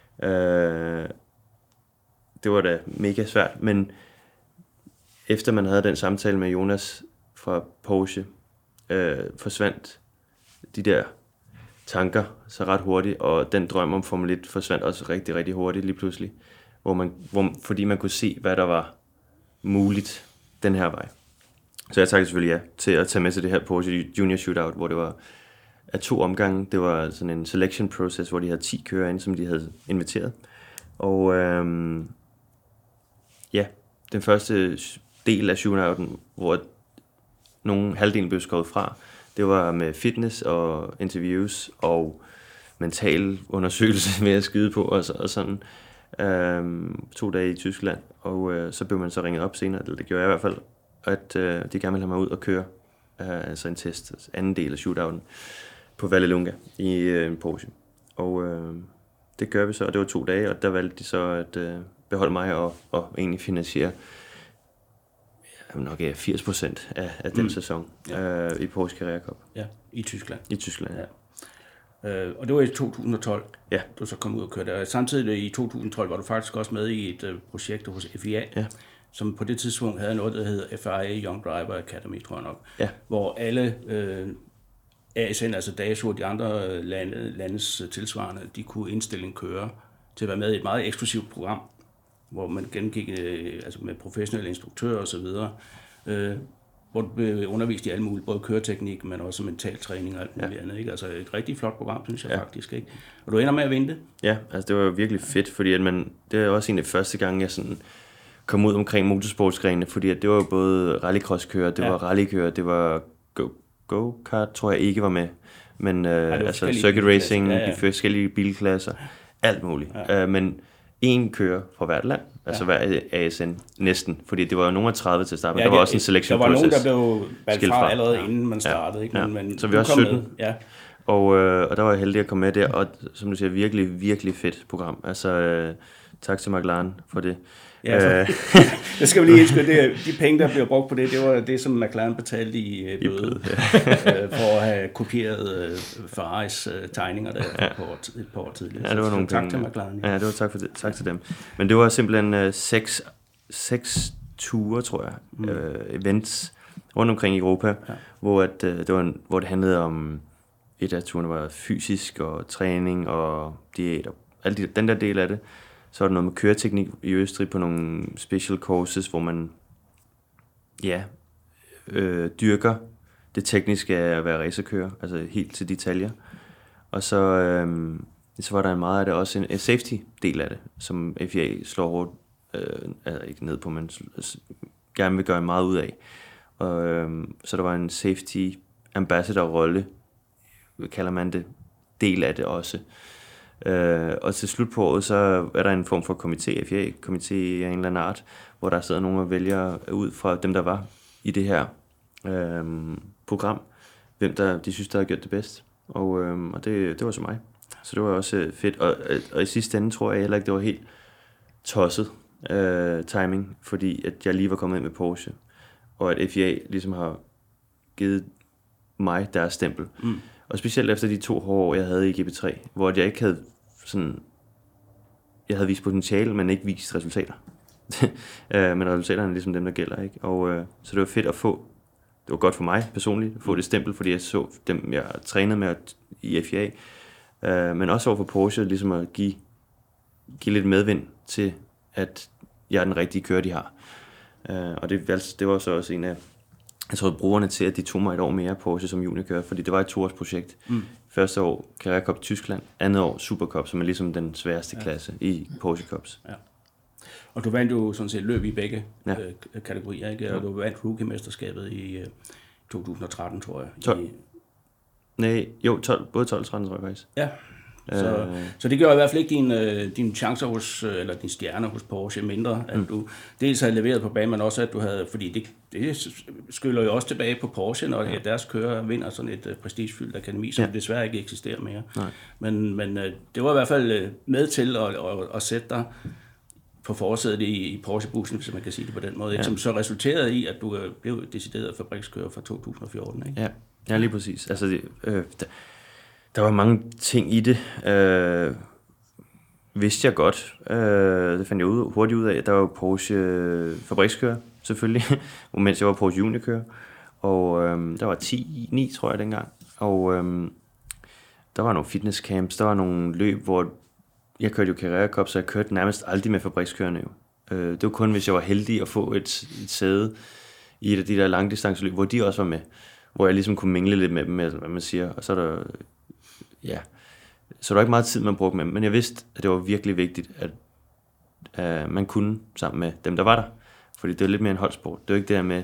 Det var da mega svært, men efter man havde den samtale med Jonas fra Porsche, forsvandt de der tanker så ret hurtigt, og den drøm om Formel 1 forsvandt også rigtig, rigtig hurtigt lige pludselig, fordi man kunne se, hvad der var muligt den her vej. Så jeg takkede selvfølgelig ja til at tage med til det her Porsche Junior Shootout, hvor det var af 2 omgange. Det var sådan en selection process, hvor de havde 10 kører ind, som de havde inviteret. Og den første del af shootouten, hvor halvdelen blev skåret fra, det var med fitness og interviews og mental undersøgelse med at skyde på og sådan. 2 dage i Tyskland, og så blev man så ringet op senere, eller det gjorde jeg i hvert fald, at de gerne ville have mig ud og køre altså en test, anden del af shootouten på Vallelunga i Porsche. Og det gør vi så, og det var 2 dage, og der valgte de så at beholde mig og egentlig finansiere nok 80% af den sæson i Porsche Carrera Cup. Ja, i Tyskland. I Tyskland, ja. Og det var i 2012, ja. Du så kom ud og kørte der. Samtidig i 2012 var du faktisk også med i et projekt hos FIA, som på det tidspunkt havde noget, der hed FIA Young Driver Academy, tror jeg nok, hvor alle ASN, altså DASO og de andre landes tilsvarende, de kunne indstille en kører til at være med i et meget eksklusivt program, hvor man gennemgik altså med professionelle instruktører og så videre, hvor du blev undervist i alle mulige, både køreteknik, men også mental træning og alt muligt andet. Ikke? Altså et rigtig flot program, synes jeg faktisk. Ikke? Og du ender med at vinde det? Ja, altså det var virkelig fedt, fordi at det er også en af de første gange, jeg sådan kom ud omkring motorsportsgrenene, fordi at det var jo både rallycross-kører, det var rallykører, det var go-kart, tror jeg ikke var med, men altså circuit racing, de forskellige bilklasser, alt muligt. Ja. Men én kører fra hvert land, altså hver ASN næsten, fordi det var jo nogle af 30 til at starte med. Der var også en selection process. Der var nogen, der blev valgt fra allerede inden man startede. Ikke? Men så vi var 17, og der var jeg heldig at komme med der, og som du siger, virkelig, virkelig fedt program. Altså, tak til McLaren for det. Ja, det skal vi lige huske, de penge, der blev brugt på det, det var det, som McLaren betalte i bøde, for at have kopieret Ferraris tegninger der et par år tidligere. Ja, det var nogle tak til McLaren. Ja, det var tak til dem. Men det var simpelthen 6 ture, tror jeg, events rundt omkring i Europa, hvor det handlede om, et af turene var fysisk og træning og diæt og alt den der del af det. Så var der noget med køreteknik i Østrig på nogle special courses, hvor man dyrker det tekniske af at være racerkører, altså helt til detaljer. Og så var der meget af det også en safety-del af det, som FIA slår hårdt, ikke ned på, men gerne vil gøre meget ud af. Og, så der var en safety ambassador-rolle, kalder man det, del af det også. Og til slut på året, så er der en form for komité, FIA-komité af en eller anden art, hvor der sidder nogen og vælger ud fra dem, der var i det her program, hvem de synes, der havde gjort det bedst. Og det var så mig. Så det var også fedt. Og i sidste ende tror jeg heller ikke, det var helt tosset timing, fordi at jeg lige var kommet ind med Porsche, og at FIA ligesom har givet mig deres stempel. Og specielt efter de 2 hårde år, jeg havde i GP3, hvor jeg ikke havde sådan... Jeg havde vist potentiale, men ikke vist resultater. Men resultaterne er ligesom dem, der gælder, ikke? Og så det var fedt at få... Det var godt for mig personligt at få det stempel, fordi jeg så dem, jeg trænede med i FIA. Men også over for Porsche, ligesom at give lidt medvind til, at jeg er den rigtige kører, de har. Og det var så også en af... Jeg tror, brugerne til, at de tog mig et år mere Porsche som juniorkører, fordi det var et 2-årsprojekt. Første år Carrera Cup Tyskland, andet år Supercup, som er ligesom den sværeste klasse i Porsche Cups. Ja. Og du vandt jo sådan set løb i begge kategorier, ikke? Og du vandt rookie-mesterskabet i 2013, tror jeg. 12. Både 12 og 13, tror jeg faktisk. Ja. Så det gjorde i hvert fald ikke dine chancer hos, eller din stjerne hos Porsche mindre, at du dels havde leveret på banen, men også at du havde, fordi det skyller jo også tilbage på Porsche, når deres kører vinder sådan et prestigefyldt akademi, som desværre ikke eksisterer mere. Men det var i hvert fald med til at sætte dig på forsædet i Porsche-bussen, hvis man kan sige det på den måde, ikke? Som så resulterede i, at du blev decideret fabrikskører fra 2014. Ikke? Ja, lige præcis. Altså, der var mange ting i det, vidste jeg godt. Det fandt jeg hurtigt ud af. Der var jo Porsche fabrikskører, selvfølgelig, mens jeg var Porsche juniorkører. Og der var 9 tror jeg dengang. Og der var nogle fitnesscamps, der var nogle løb, hvor jeg kørte jo Carrera Cup, så jeg kørte nærmest aldrig med fabrikskørende jo. Det var kun, hvis jeg var heldig at få et sæde i et af de der langdistanceløb, hvor de også var med. Hvor jeg ligesom kunne mingle lidt med dem, altså, hvad man siger. Og så er der, så der var ikke meget tid, man brugte med dem. Men jeg vidste, at det var virkelig vigtigt, at man kunne sammen med dem, der var der. Fordi det var lidt mere en holdsport. Det var ikke det der med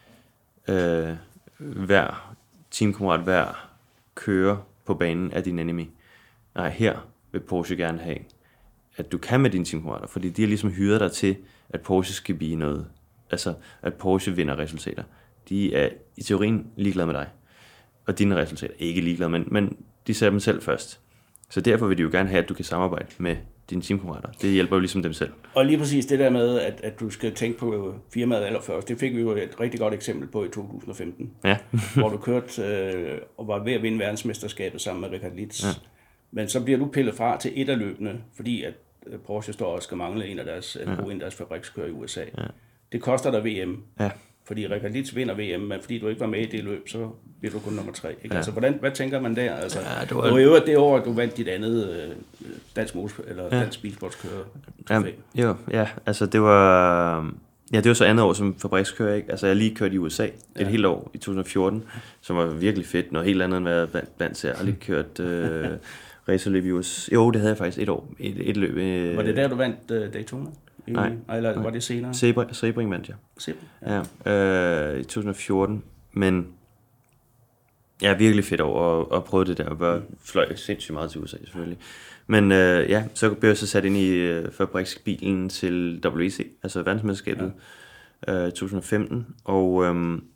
hver teamkammerat, hver kører på banen af din enemy. Nej, her vil Porsche gerne have, at du kan med dine teamkammerater, fordi de har ligesom hyret dig til, at Porsche skal blive noget. Altså, at Porsche vinder resultater. De er i teorien ligeglade med dig, og dine resultater er ikke ligeglade, men de sætter dem selv først. Så derfor vil de jo gerne have, at du kan samarbejde med dine teamkammerater. Det hjælper jo ligesom dem selv. Og lige præcis det der med, at du skal tænke på firmaet allerførst, det fik vi jo et rigtig godt eksempel på i 2015. Ja. Hvor du kørte og var ved at vinde verdensmesterskabet sammen med Richard Litz. Ja. Men så bliver du pillet fra til et af løbene, fordi at Porsche står og skal mangle en af deres fabrikskører i USA. Ja. Det koster dig VM. Ja. Fordi Richard Litz vinder VM, men fordi du ikke var med i det løb, så bliver du kun nummer 3. Ikke? Ja. Altså, hvad tænker man der? Altså, det var jo det år, du vandt dit andet dansk bilsportskører. Altså det var så andet år som fabrikskører, ikke? Altså jeg lige kørte i USA et helt år i 2014, som var virkelig fedt, noget helt andet end hvad jeg vandt til. Jeg har lige kørt racerløb i USA. Jo, det havde jeg faktisk et år, et løb. Var det der, du vandt Daytona? Nej. Eller var det senere? Sebring vandt jeg. I 2014. Men jeg er virkelig fedt over at prøve det der. Og fløj sindssygt meget til USA, selvfølgelig. Men så blev jeg så sat ind i fabriksbilen til WEC, altså verdensmesterskabet 2015. Og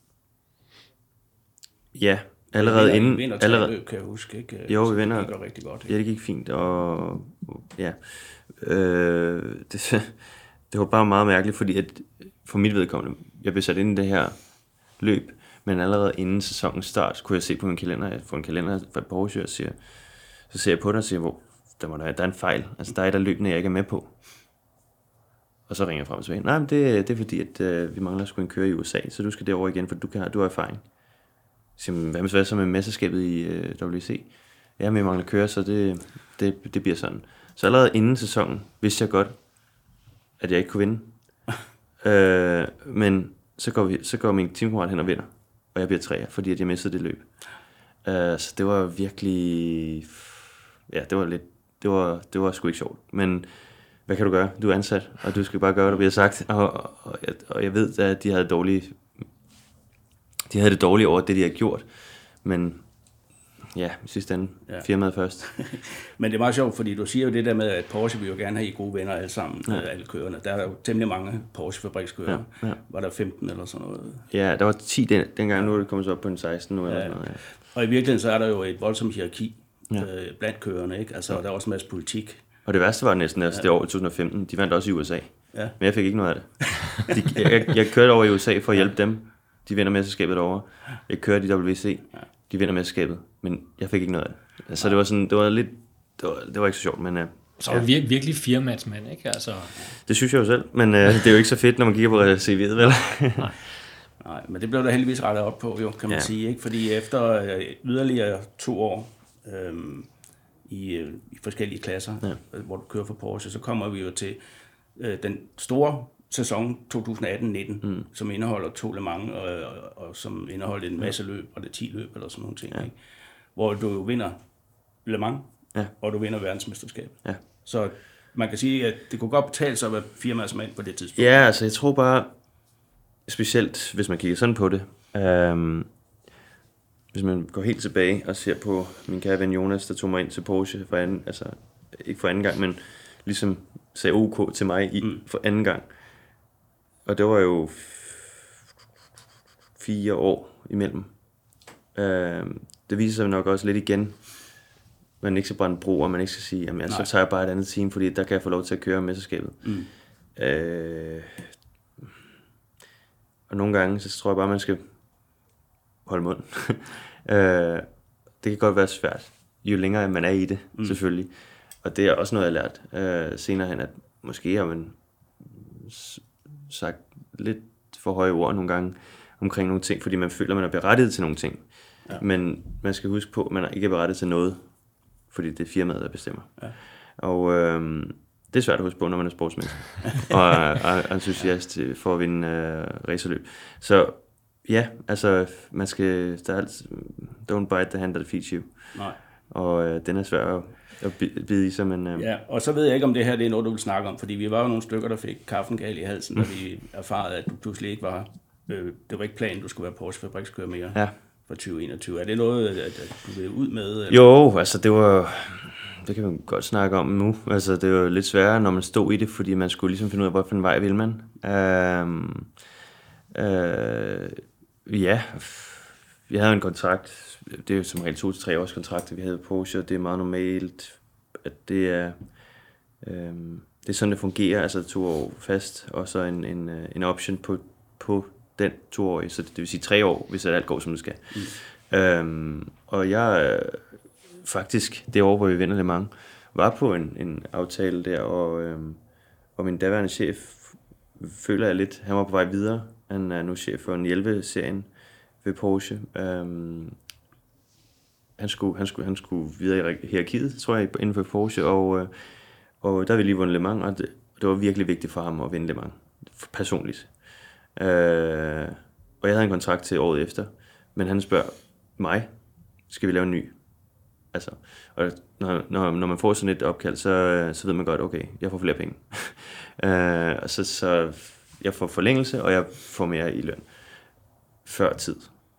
allerede inden... Vi vinder 3 løb, kan jeg huske, ikke? Jo, vi vinder. Det gik rigtig godt. Ikke? Ja, det gik fint, og ja... Det var bare meget mærkeligt, fordi at for mit vedkommende, jeg blev sat ind i det her løb, men allerede inden sæsonens start, kunne jeg se på min kalender, jeg får en kalender fra Porsche, og så ser jeg på den og siger, hvor der er en fejl, altså der er et af løbene, jeg ikke er med på. Og så ringer jeg frem og siger, nej, men det er fordi, at vi mangler sgu en kører i USA, så du skal derover igen, for du har erfaring. Så siger, hvad så med mesterskabet i WC? Ja, men jeg mangler kører, så det bliver sådan. Så allerede inden sæsonen vidste jeg godt, at jeg ikke kunne vinde. Men så går min teamkammerat hen og vinder, og jeg bliver 3'er, fordi at jeg mistede det løb. Så det var virkelig... Ja, det var sgu ikke sjovt. Men hvad kan du gøre? Du er ansat, og du skal bare gøre, hvad der bliver sagt. Og jeg ved, at de havde det dårligt over det, de har gjort. Men... Ja, i sidste ende. Ja. Firmaet først. Men det er meget sjovt, fordi du siger jo det der med, at Porsche vil jo gerne have gode venner alle sammen, alle kørerne. Der er jo temmelig mange Porsche-fabrikskører. Ja. Var der 15 eller sådan noget? Ja, der var 10 dengang, nu er det kommet så op på en 16 nu. Eller sådan noget, Og i virkeligheden så er der jo et voldsomt hierarki blandt kørerne, ikke? Altså, der er også en masse politik. Og det værste var næsten, altså det år 2015, de vandt også i USA. Ja. Men jeg fik ikke noget af det. Jeg kørte over i USA for at hjælpe dem. De vinder mesterskabet derovre. Jeg kørte i WC. De vinder mesterskabet, men jeg fik ikke noget af det. Så det var sådan, det var ikke så sjovt, men... Så var virkelig firmatsmand, ikke? Altså... Det synes jeg jo selv, men det er jo ikke så fedt, når man kigger på CV'et, vel? Nej, men det blev der heldigvis rettet op på, jo, kan man sige, ikke? Fordi efter yderligere 2 år i forskellige klasser, hvor du kører for Porsche, så kommer vi jo til den store sæson 2018-19, som indeholder 2 Le Mans, og som indeholder en masse løb, og det 10 løb, eller sådan nogle ting, ikke? Hvor du jo vinder Le Mans, og du vinder verdensmesterskabet. Ja. Så man kan sige, at det kunne godt betale sig at være firmadsmand på det tidspunkt. Ja, altså jeg tror bare, specielt hvis man kigger sådan på det, hvis man går helt tilbage og ser på min kære ven Jonas, der tog mig ind til Porsche for anden, altså ikke for anden gang, men ligesom sagde OK til mig for anden gang. Og det var jo 4 år imellem. Det viser sig nok også lidt igen, man ikke skal brænde bro, og man ikke skal sige, jamen så tager jeg bare et andet team, fordi der kan jeg få lov til at køre mesterskabet. Og nogle gange, så tror jeg bare, man skal holde mund. Det kan godt være svært, jo længere man er i det, selvfølgelig. Og det er også noget, jeg har lært senere hen, at måske har man sagt lidt for høje ord nogle gange omkring nogle ting, fordi man føler, man er berettiget til nogle ting. Ja. Men man skal huske på, at man ikke er berettiget til noget, fordi det er firmaet, der bestemmer. Ja. Og det er svært at huske på, når man er sportsmenneske og entusiast for at vinde racerløb. Så ja, altså man skal don't bite the hand that feeds you. Nej. Og den er svær at bide i sig, men... Ja, og så ved jeg ikke, om det her det er noget, du vil snakke om, fordi vi var jo nogle stykker, der fik kaffen gal i halsen, da vi erfarede, at du pludselig ikke var... det var ikke planen, du skulle være Porsche fabrikskører mere for 2021. Er det noget, at du vil ud med? Eller? Jo, altså det kan man godt snakke om nu. Altså det var lidt sværere, når man stod i det, fordi man skulle ligesom finde ud af, hvilken vej vil man. Ja, vi havde en kontrakt, det er jo som regel 2 til 3 års kontrakt, vi havde på Porsche, og det er meget normalt, at det er sådan, det fungerer, altså 2 år fast, og så en option på den 2-årige, så det vil sige 3 år, hvis alt går, som det skal. Og jeg faktisk, det år, hvor vi vinder Le Mans, var på en aftale der, og min daværende chef, føler jeg lidt, han var på vej videre. Han er nu chef for en 11-serien ved Porsche. Han skulle videre i hierarkiet, tror jeg, inden for Porsche, og der har vi lige vundet Le Mans, og det var virkelig vigtigt for ham at vinde Le Mans, personligt. Og jeg havde en kontrakt til året efter, men han spørger mig, skal vi lave en ny? Altså, og når man får sådan et opkald, så ved man godt, okay, jeg får flere penge. Og så jeg får forlængelse, og jeg får mere i løn før tid.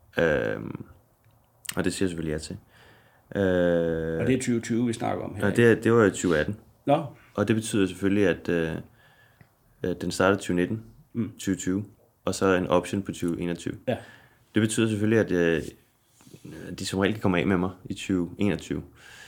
Og det siger jeg selvfølgelig ja til. Og det er 2020, vi snakker om her? Og det var 2018. Nå. Og det betyder selvfølgelig, at den starter 2019, 2020, og så en option på 2021. Ja. Det betyder selvfølgelig, at de som regel kan komme af med mig i 2021.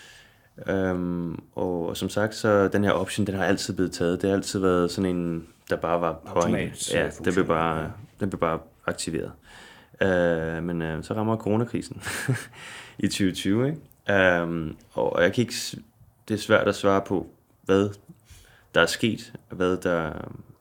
Og som sagt, så den her option, den har altid blevet taget. Det har altid været sådan en, der bare var automatisk. Ja, den blev bare aktiveret. Men så rammer coronakrisen i 2020, ikke? Og jeg kan ikke, det er svært at svare på, hvad der er sket, hvad der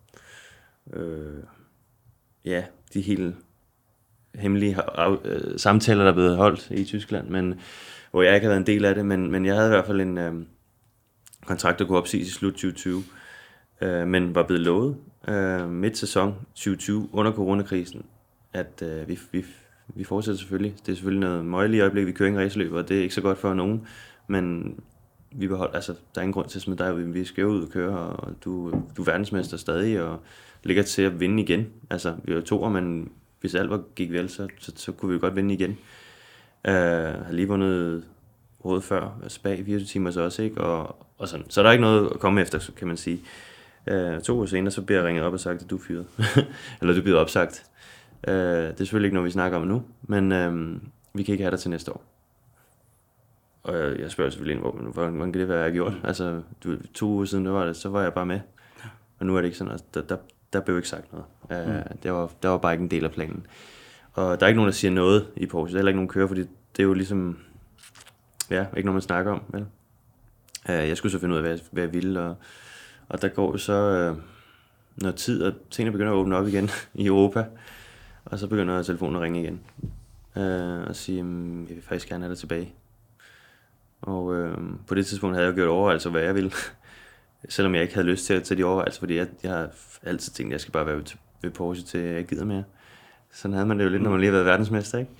de helt hemmelige samtaler, der er blevet holdt i Tyskland, men hvor jeg ikke har været en del af det, men jeg havde i hvert fald en kontrakt, der kunne opsiges i slut 2020, men var blevet lovet midt sæson 2020 under coronakrisen, at vi fortsætter selvfølgelig. Det er selvfølgelig noget møjeligt øjeblik, vi kører ingen raceløb, og det er ikke så godt for nogen, men vi beholder, altså der er ingen grund til at smide dig, vi skal ud og køre, og du er verdensmester stadig, og ligger til at vinde igen. Altså, vi var 2'er, men hvis alt gik vel, så kunne vi godt vinde igen. Har lige vundet rådet før, Spa 24 timer så også, ikke? Og sådan. Så der er ikke noget at komme efter, kan man sige. 2 år senere, så bliver jeg ringet op og sagt, at du er fyret. Eller du bliver opsagt. Det er selvfølgelig ikke noget, vi snakker om nu, men vi kan ikke have dig til næste år. Og jeg spørger selvfølgelig, hvordan kan det være, jeg har gjort? Altså, 2 uger siden, så var jeg bare med. Og nu er det ikke sådan, at der blev ikke sagt noget. Der var bare ikke en del af planen. Og der er ikke nogen, der siger noget i Porsche. Der er heller ikke nogen kører, fordi det er jo ligesom, ja, ikke noget, man snakker om, vel? Jeg skulle så finde ud af, hvad jeg ville, og der går så noget tid, og tingene begynder at åbne op igen i Europa. Og så begynder telefonen at ringe igen. Og sige, jeg vil faktisk gerne have dig tilbage. Og på det tidspunkt havde jeg gjort overvejelser, hvad jeg ville. Selvom jeg ikke havde lyst til at tage de overvejelser, fordi jeg har altid tænkt, at jeg skal bare være ved Porsche til jeg gider mere. Sådan havde man det jo lidt, når man lige har været verdensmester, ikke?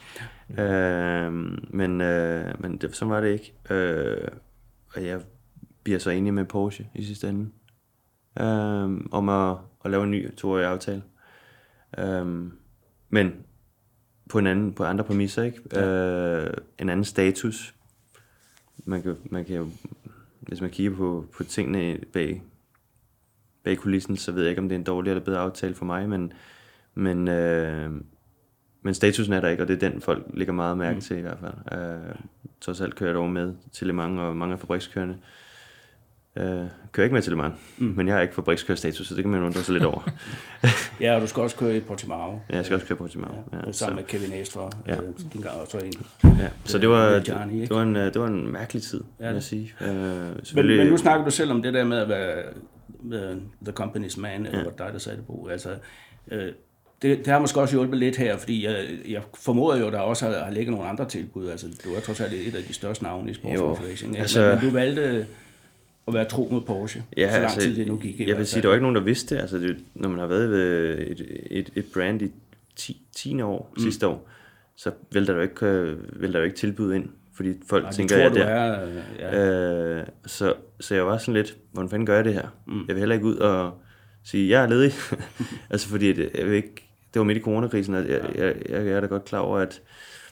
Men sådan var det ikke. Og jeg bliver så enig med Porsche i sidste ende. Om at lave en ny 2-årig aftale. Men på andre præmisser, ikke? En anden status. Man kan jo, hvis man kigger på tingene bag kulissen, så ved jeg ikke, om det er en dårlig eller bedre aftale for mig, men statusen er der ikke, og det er den, folk lægger meget mærke til i hvert fald. Trods alt kører jeg over med til Le Mans, og mange af fabrikskørende kører ikke med til Le Mans, men jeg har ikke fabrikskørestatus, så det kan man undre sig lidt over. Ja, og du skal også køre i Portimao. Ja, jeg skal også køre i Portimao. Ja, sammen med Kevin Estre, din gang også en. Ja, så det var en mærkelig tid, vil jeg sige. Men nu snakker du selv om det der med at være the company's man, eller hvad dig, der sagde det på. Altså, det har måske også hjulpet lidt her, fordi jeg formoder jo, der også har ligget nogle andre tilbud. Altså, du er trods alt et af de største navne i sportsracing. Altså, men du valgte at være tro mod Porsche, så lang tid det nu gik. Jeg vil sige, der var ikke nogen, der vidste det. Altså, når man har været ved et brand i 10 år, sidste år, så vil der jo ikke tilbud ind, fordi folk tænker, at det er. Så jeg var sådan lidt, hvordan fanden gør jeg det her? Jeg vil heller ikke ud og sige, jeg er ledig. Altså, fordi jeg vil ikke, det var midt i coronakrisen, og jeg er da godt klar over, at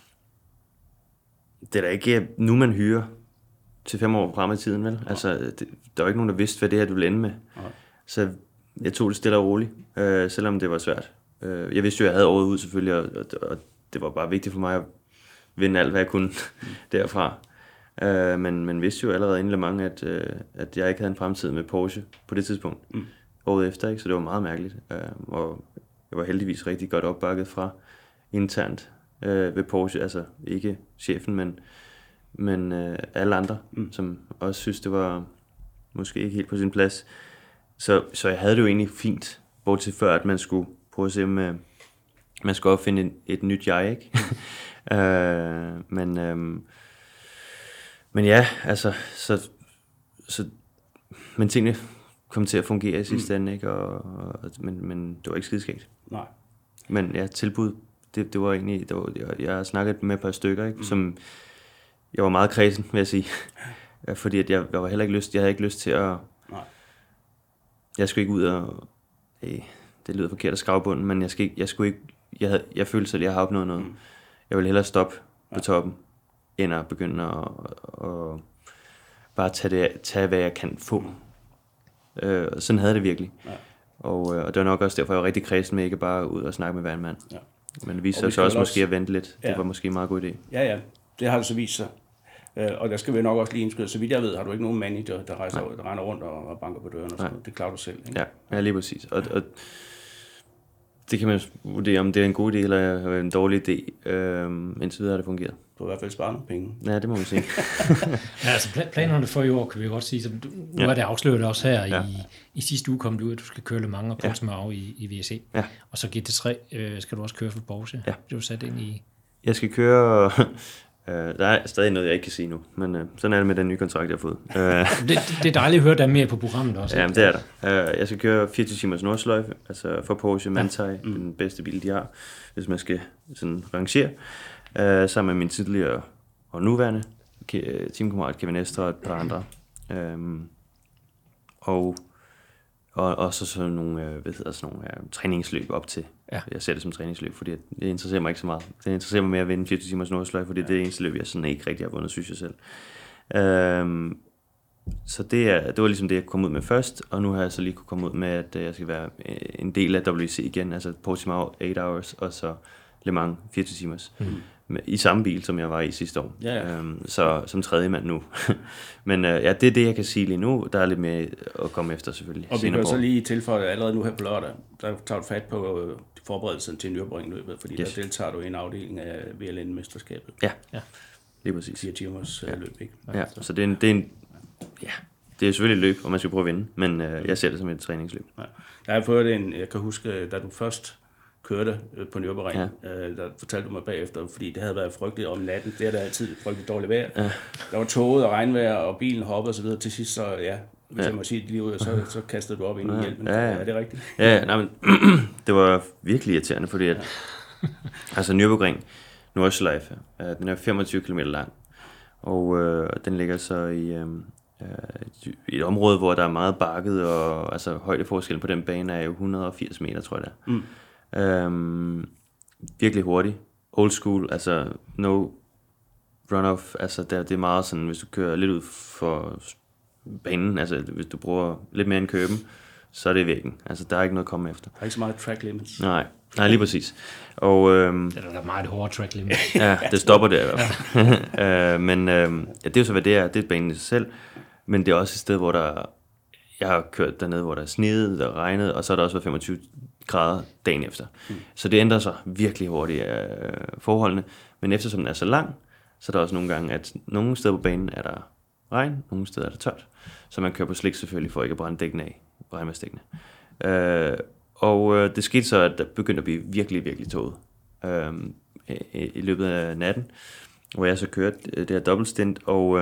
det er da ikke nu, man hyrer til 5 år frem i tiden, vel? Altså, der var ikke nogen, der vidste, hvad det her ville ende med. Så jeg tog det stille og roligt, selvom det var svært. Jeg vidste jo, at jeg havde året ud selvfølgelig, og det var bare vigtigt for mig at vinde alt, hvad jeg kunne derfra. Men man vidste jo allerede inden Le Mans, at jeg ikke havde en fremtid med Porsche på det tidspunkt. Året efter, ikke? Så det var meget mærkeligt. Og jeg var heldigvis rigtig godt opbakket fra internt ved Porsche. Altså ikke chefen, men alle andre, som også synes, det var måske ikke helt på sin plads. Så jeg havde det jo egentlig fint, bortset før, at man skulle prøve at se, om man skulle opfinde et nyt jeg, ikke? Men ja, altså, men tingene kom til at fungere i sidste ende, ikke? Men det var ikke skideskægt. Nej. Men ja, tilbud, det var egentlig, jeg har snakket med et par stykker, ikke? Som jeg var meget kredsen, vil jeg sige. Fordi at jeg havde ikke lyst til at... Nej. Jeg skulle ikke ud og... det lyder forkert at skrave bunden, men jeg følte selv, at jeg har opnået noget. Jeg ville hellere stoppe på toppen, end at begynde at bare tage, hvad jeg kan få. Sådan havde det virkelig. Ja. Og det var nok også derfor, jeg var rigtig kredsen med ikke bare ud og snakke med hver en mand. Ja. Men det viste sig så også måske at vente lidt. Det var måske en meget god idé. Ja, det har det så vist sig. Og der skal vi nok også lige indskyde. Så vidt jeg ved, har du ikke nogen manager, der render rundt og banker på døren og sådan. Det klarer du selv, ikke? Ja, lige præcis. Og det kan man vurdere, om det er en god idé eller en dårlig idé. Indtil videre har det fungeret. Du har i hvert fald sparet nogle penge. Ja, det må man sige. Ja, altså planerne for i år, kan vi godt sige. Nu er det afsløret også her. I sidste uge kom det ud, at du skal køre Le Mans og Portimao i VSC. Ja. Og så GT3 skal du også køre for Porsche. Ja. Det er jo sat ind i... Jeg skal køre... der er stadig noget, jeg ikke kan sige nu, men sådan er det med den nye kontrakt, jeg har fået. Det er dejligt at høre, der er mere på programmet også. Ja, det er der. Jeg skal køre 24 timers nordsløjfe, altså for Porsche Manthey, den bedste bil, de har, hvis man skal sådan rangere, sammen med min tidligere og nuværende teamkammerat Kevin Estre og et par andre. Og så sådan nogle, træningsløb op til. Ja. Jeg ser det som træningsløb, fordi det interesserer mig ikke så meget. Det interesserer mig mere at vinde 24 timers nordsløjfe, fordi det er det eneste løb, jeg sådan ikke rigtig har vundet, synes jeg selv. Så det var ligesom det, jeg kom ud med først, og nu har jeg så lige kunne komme ud med, at jeg skal være en del af WC igen, altså Portimao 8 hours, og så Le Mans 24 timers. I samme bil, som jeg var i sidste år. Ja. Så som tredje mand nu. Men det er det, jeg kan sige lige nu. Der er lidt mere at komme efter, selvfølgelig. Og vi kan så lige tilføje, at allerede nu her på lørdag, der tager du fat på forberedelsen til Nürburgring-løbet, fordi der deltager du i en afdeling af VLN-mesterskabet. Ja, lige præcis. 4 timers løb, ikke? Ja, så det er selvfølgelig et løb, og man skal prøve at vinde, men jeg ser det som et træningsløb. Ja. Jeg kan huske, da du først kørte på Nürburgring, der fortalte du mig bagefter, fordi det havde været frygteligt om natten. Det er der altid frygteligt dårligt vejr. Ja. Der var tåget og regnvejr, og bilen hoppede og så videre. Til sidst så, hvis jeg må sige det lige ud, så kastede du op ind i hjelmen. Er det rigtigt? Ja, nej, men det var virkelig irriterende, fordi at, altså Nürburgring Nordschleife, den er 25 km lang, og den ligger så i et område, hvor der er meget bakket, og altså højdeforskellen på den bane er jo 180 meter, tror jeg det er. Virkelig hurtig, old school, altså no runoff, altså det er meget sådan, hvis du kører lidt ud for banen, altså hvis du bruger lidt mere end køben, så er det i væggen, altså der er ikke noget at komme efter. Der er ikke så meget track limits. Nej, lige præcis. Og, det er da meget hårde track limits. Ja, det stopper der i hvert fald. Men det er jo så, hvad det er banen i sig selv, Men det er også et sted, hvor jeg har kørt dernede, hvor der er sneet og regnet, og så har der også været 25 grader dagen efter. Så det ændrer sig virkelig hurtigt af forholdene. Men eftersom den er så lang, så er der også nogle gange, at nogle steder på banen er der regn, nogle steder er der tørt. Så man kører på slik selvfølgelig, for ikke at brænde dækkene af, regnværsdækkene. Og det skete så, at der begyndte at blive virkelig, virkelig tåget i løbet af natten, hvor jeg så kørte det her dobbeltstint, og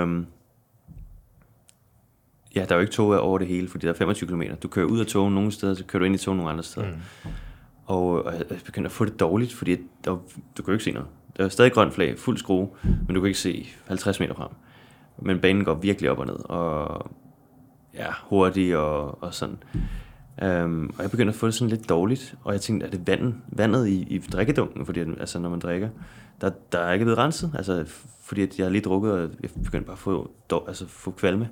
ja, der er jo ikke tog over det hele, fordi der er 25 km. Du kører ud af togen nogle steder, så kører du ind i togen nogle andre steder. Og jeg begyndte at få det dårligt, fordi du kunne ikke se noget. Der er stadig grønt flag, fuld skrue, men du kan ikke se 50 meter frem. Men banen går virkelig op og ned, og ja, hurtigt og sådan. Og jeg begyndte at få det sådan lidt dårligt, og jeg tænkte, er det vandet i drikkedunken? Fordi altså, når man drikker, der er ikke blevet renset, altså, fordi at jeg har lige drukket, og jeg begyndte bare at få kvalme.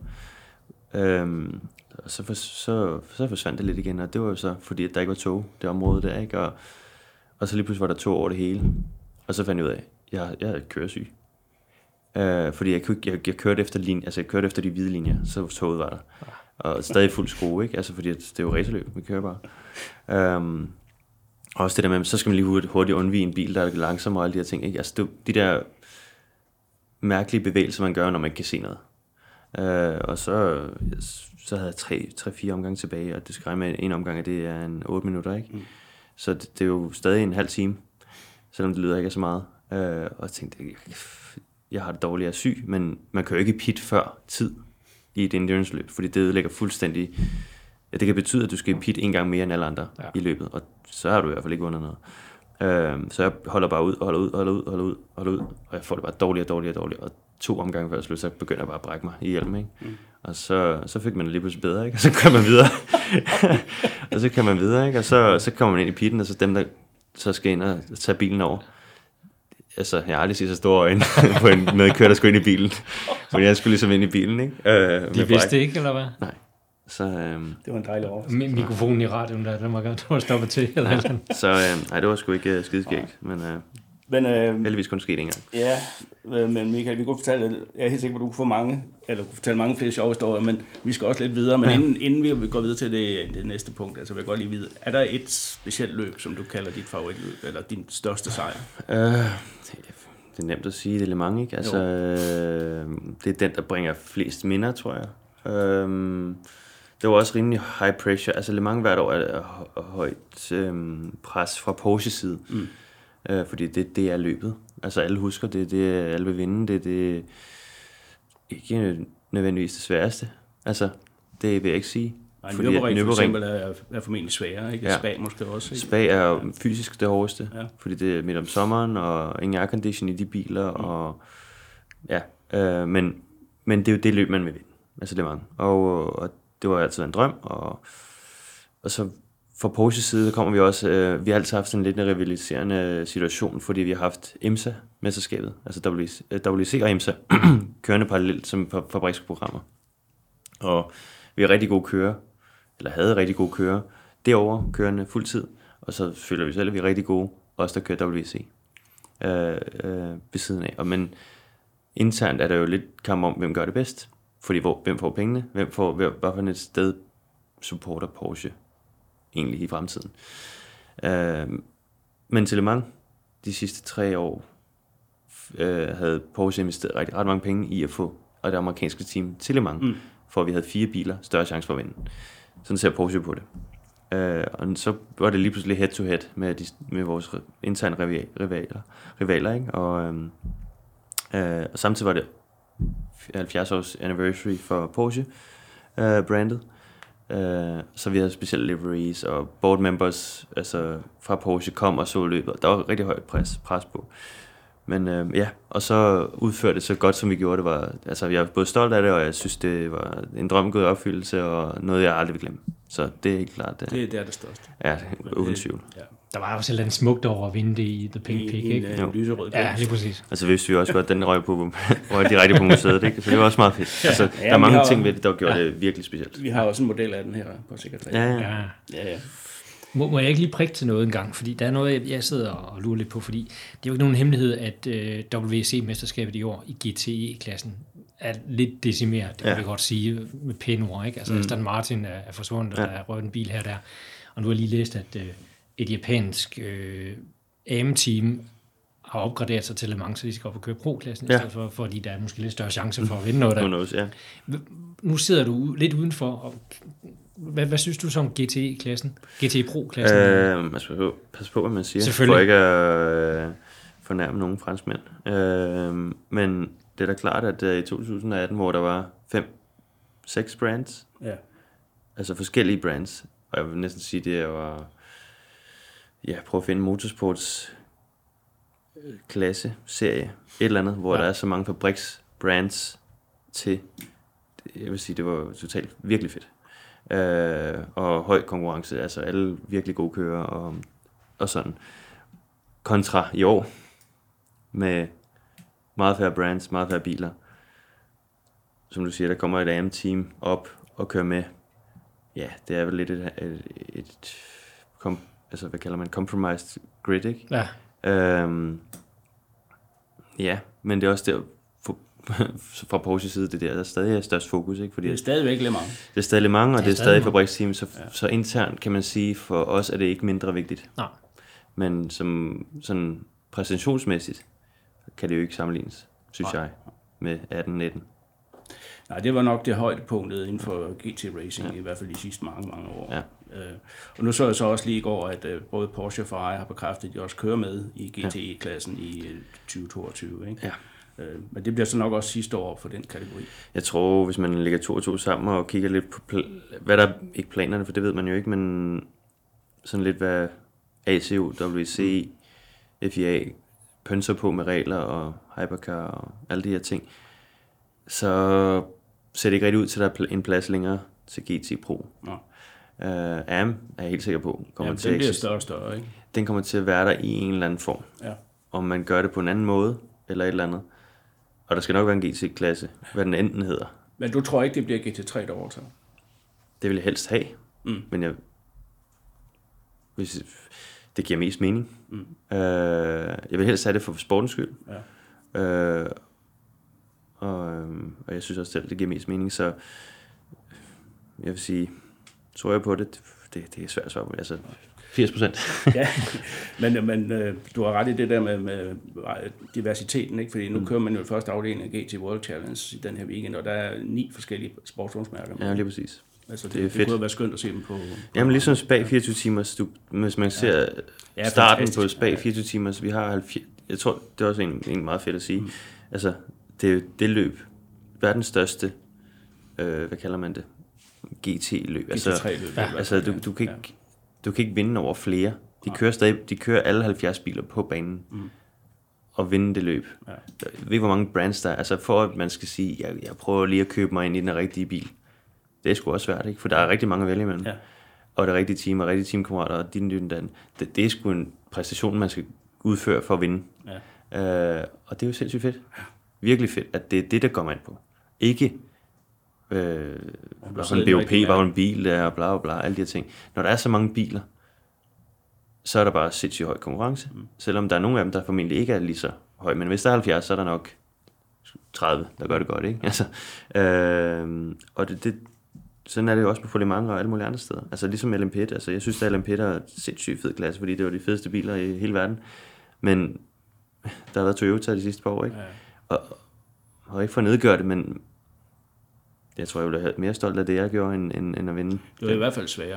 Og så forsvandt det lidt igen, og det var jo så, fordi at der ikke var tog, det område der, ikke? Og så lige pludselig var der tog over det hele, og så fandt jeg ud af, at jeg er køresyg. Fordi jeg kørte efter jeg kørte efter de hvide linjer, så toget var der. Og stadig fuld skrue, ikke? Altså fordi det er jo racerløb, vi kører bare. Og også det der med, så skal man lige hurtigt undvige en bil, der er langsommere og alle de her ting, ikke? Altså de der mærkelige bevægelser, man gør, når man ikke kan se noget. Og så havde jeg 3-4 omgange tilbage, og det skal regne med en omgang, at det er en 8 minutter, ikke? Så det er jo stadig en halv time, selvom det lyder ikke så meget. Og jeg tænkte, jeg har det dårligt, jeg er syg, men man kan jo ikke pit før tid i et endurance-løb, fordi det ødelægger fuldstændig. Ja, det kan betyde, at du skal pit en gang mere end alle andre i løbet, og så har du i hvert fald ikke vundet noget. Så jeg holder bare ud, holder ud, og jeg får det bare dårligere, og 2 omgange før slut, så begynder jeg bare at brække mig i hjelmen, ikke? Og så fik man det lige pludselig bedre, ikke? Og så kører man videre, ikke? Og så kommer man ind i pitten, og så dem, der så skal ind og tage bilen over. Altså, jeg har aldrig set så store øjne på en medkører, der skulle ind i bilen. Men jeg skulle ligesom ind i bilen, ikke? De vidste ikke, eller hvad? Nej. Så, det var en dejlig overraskelse. Mikrofonen i radioen, den var godt stoppet til. Eller nej, det var sgu ikke skideskægt, men heldigvis kun sket en gang. Ja, men Michael, vi kunne fortælle, jeg er helt sikker på, at du kunne fortælle mange flere sjove historier, men vi skal også lidt videre. Men inden vi går videre til det næste punkt, altså vil jeg godt lige vide, er der et specielt løb, som du kalder dit favoritløb, eller din største sejr? Det er nemt at sige, det er Le Mans, ikke? Altså, det er den, der bringer flest minder, tror jeg. Det var også rimelig high pressure. Altså Le Mans hvert år er højt pres fra Porsches side. Fordi det er løbet. Altså alle husker det alle vil vinde. Det er ikke nødvendigvis det sværeste. Altså, det vil jeg ikke sige. Nürburgring for eksempel er formentlig sværere, ikke? Ja. Spa måske også, ikke? Spa er jo fysisk det hårdeste, fordi det er midt om sommeren, og ingen aircondition i de biler, og men det er jo det løb, man vil vinde. Altså Le Mans. Og det var altid en drøm, og så fra Porsches side kommer vi også, vi har altid haft sådan lidt en rivaliserende situation, fordi vi har haft IMSA-mesterskabet, altså WC og IMSA, kørende parallelt som fabriksprogrammer. Og vi har rigtig gode kører, eller havde rigtig gode kører, derovre kørende fuldtid, og så føler vi selv, at vi er rigtig gode, også der kører WC ved siden af. Men internt er der jo lidt kamp om, hvem gør det bedst, fordi hvem får pengene, hvad for et sted supporter Porsche egentlig i fremtiden. Men til Le Mans, de sidste 3 år, havde Porsche investeret ret mange penge i at få det amerikanske team til Le Mans, for at vi havde 4 biler, større chance for at vinde. Sådan ser Porsche på det. Og så var det lige pludselig head-to-head med vores interne rivaler, ikke? Og samtidig var det 70 års anniversary for Porsche brandet. Så vi havde specielle liveries, og board members altså fra Porsche kom og så løbet. Der var rigtig højt pres på. Men og så udførte det så godt, som vi gjorde det. Var, altså, jeg er både stolt af det, og jeg synes, det var en drømmegod opfyldelse, og noget, jeg aldrig vil glemme. Så det er helt klart det. Det er det største. Ja, uden tvivl. Ja. Der var også et eller andet smukt over at vinde det i The Pink Pig, ikke? En lyserød. Ja, lige præcis. Altså vidste vi også godt, at den røg direkte på museet, ikke? Så det var også meget fedt. Altså, der er mange ting ved det, der gjorde det virkelig specielt. Vi har også en model af den her på sekretariatet. Ja. Må jeg ikke lige prikke til noget en gang? Fordi der er noget, jeg sidder og lurer lidt på, fordi det er jo ikke nogen hemmelighed, at WEC-mesterskabet i år i GTE-klassen er lidt decimeret, det kan vi godt sige, med pæne ord, ikke? Altså Aston Martin er forsvundet, og der er røget en bil her og der. Og nu har jeg lige læst, at et japansk AM-team har opgraderet sig til Le Mans, så de skal op og køre Pro-klassen, i stedet for, fordi der er måske lidt større chance for at vinde noget der. Nu sidder du lidt udenfor, og hvad synes du så om GTE-klassen? GTE Pro-klassen? Man skal passe på, hvad man siger, for ikke at fornærme nogen franskmænd. Men det er da klart, at i 2018, hvor der var 5-6 brands, altså forskellige brands, og jeg vil næsten sige, det var, prøv at finde motorsports klasse, serie, et eller andet, hvor der er så mange fabriksbrands til, jeg vil sige, det var totalt virkelig fedt. Og høj konkurrence, altså alle virkelig gode kører og sådan. Kontra i år, med meget færre brands, meget færre biler. Som du siger, der kommer et AM-team op og kører med. Ja, det er vel lidt altså hvad kalder man, compromised grid, ikke? Ja. Men det er også der, fra Porsche side, det der er stadig størst fokus, ikke? Fordi det er stadigvæk Le Mans. Det er stadig Le Mans, og det er stadig fabriksteam, så internt kan man sige, for os er det ikke mindre vigtigt. Nej. Men som sådan præstationsmæssigt kan det jo ikke sammenlignes, synes jeg, med 18-19. Nej, det var nok det højdepunktet inden for GT Racing, i hvert fald de sidste mange år. Og nu så jeg så også lige i går, at både Porsche og Ferrari har bekræftet, at de også kører med i GTE-klassen i 2022, ikke? Men det bliver så nok også sidste år for den kategori. Jeg tror, hvis man lægger 2 og 2 sammen og kigger lidt på, hvad der ikke planerne, for det ved man jo ikke, men sådan lidt, hvad ACO, WC, FIA pønser på med regler og hypercar og alle de her ting, så ser det ikke rigtig ud til, at der er en plads længere til GT Pro. AM er jeg helt sikker på. Den bliver større og større, ikke? Den kommer til at være der i en eller anden form. Om man gør det på en anden måde, eller et eller andet. Og der skal nok være en GT-klasse, hvad den enten hedder. Men du tror ikke, det bliver GT3, der overtager? Det vil jeg helst have. Men hvis det giver mest mening. Jeg vil helst have det for sportens skyld. Og jeg synes også selv, det giver mest mening. Så jeg vil sige, tror jeg på det? Det er svært at svare på. Altså 80%. men du har ret i det der med diversiteten, ikke? Fordi nu kører man jo første afdeling af GT World Challenge i den her weekend, og der er 9 forskellige sportsvognsmærker. Ja, lige præcis. Altså det er fedt. Det kunne være skønt at se dem på. Jamen ligesom Spa 24 timers, hvis man ser starten på Spa 24 timers, vi har 70, jeg tror, det er også en meget fedt at sige. Altså, det er jo det løb, verdens største, hvad kalder man det? GT-løb. Altså, du kan ikke vinde over flere. De kører alle 70 biler på banen og vinde det løb. Jeg ved ikke, hvor mange brands der er. Altså, for at man skal sige, jeg prøver lige at købe mig ind i den rigtige bil. Det er sgu også svært, ikke? For der er rigtig mange at vælge imellem. Og det rigtige team og rigtige teamkammerater og det er sgu en præstation, man skal udføre for at vinde. Og det er jo sindssygt fedt. Virkelig fedt, at det er det, der kommer ind på. Ikke sådan en BOP, var en bil der, og bla bla bla, alle de her ting. Når der er så mange biler, så er der bare sindssygt høj konkurrence. Selvom der er nogle af dem, der formentlig ikke er lige så høj. Men hvis der er 70, så er der nok 30, der gør det godt, ikke? Altså, og sådan er det jo også på Le Mans og alle mulige andre steder. Altså ligesom LMP1. Altså, jeg synes, at LMP1 er en sindssygt fed klasse, fordi det var de fedeste biler i hele verden. Men der har været Toyota de sidste par år, ikke? Og ikke for at nedgøre det, men jeg tror, jeg ville have mere stolt af det, jeg gjorde, end at vinde. Det var i hvert fald sværere.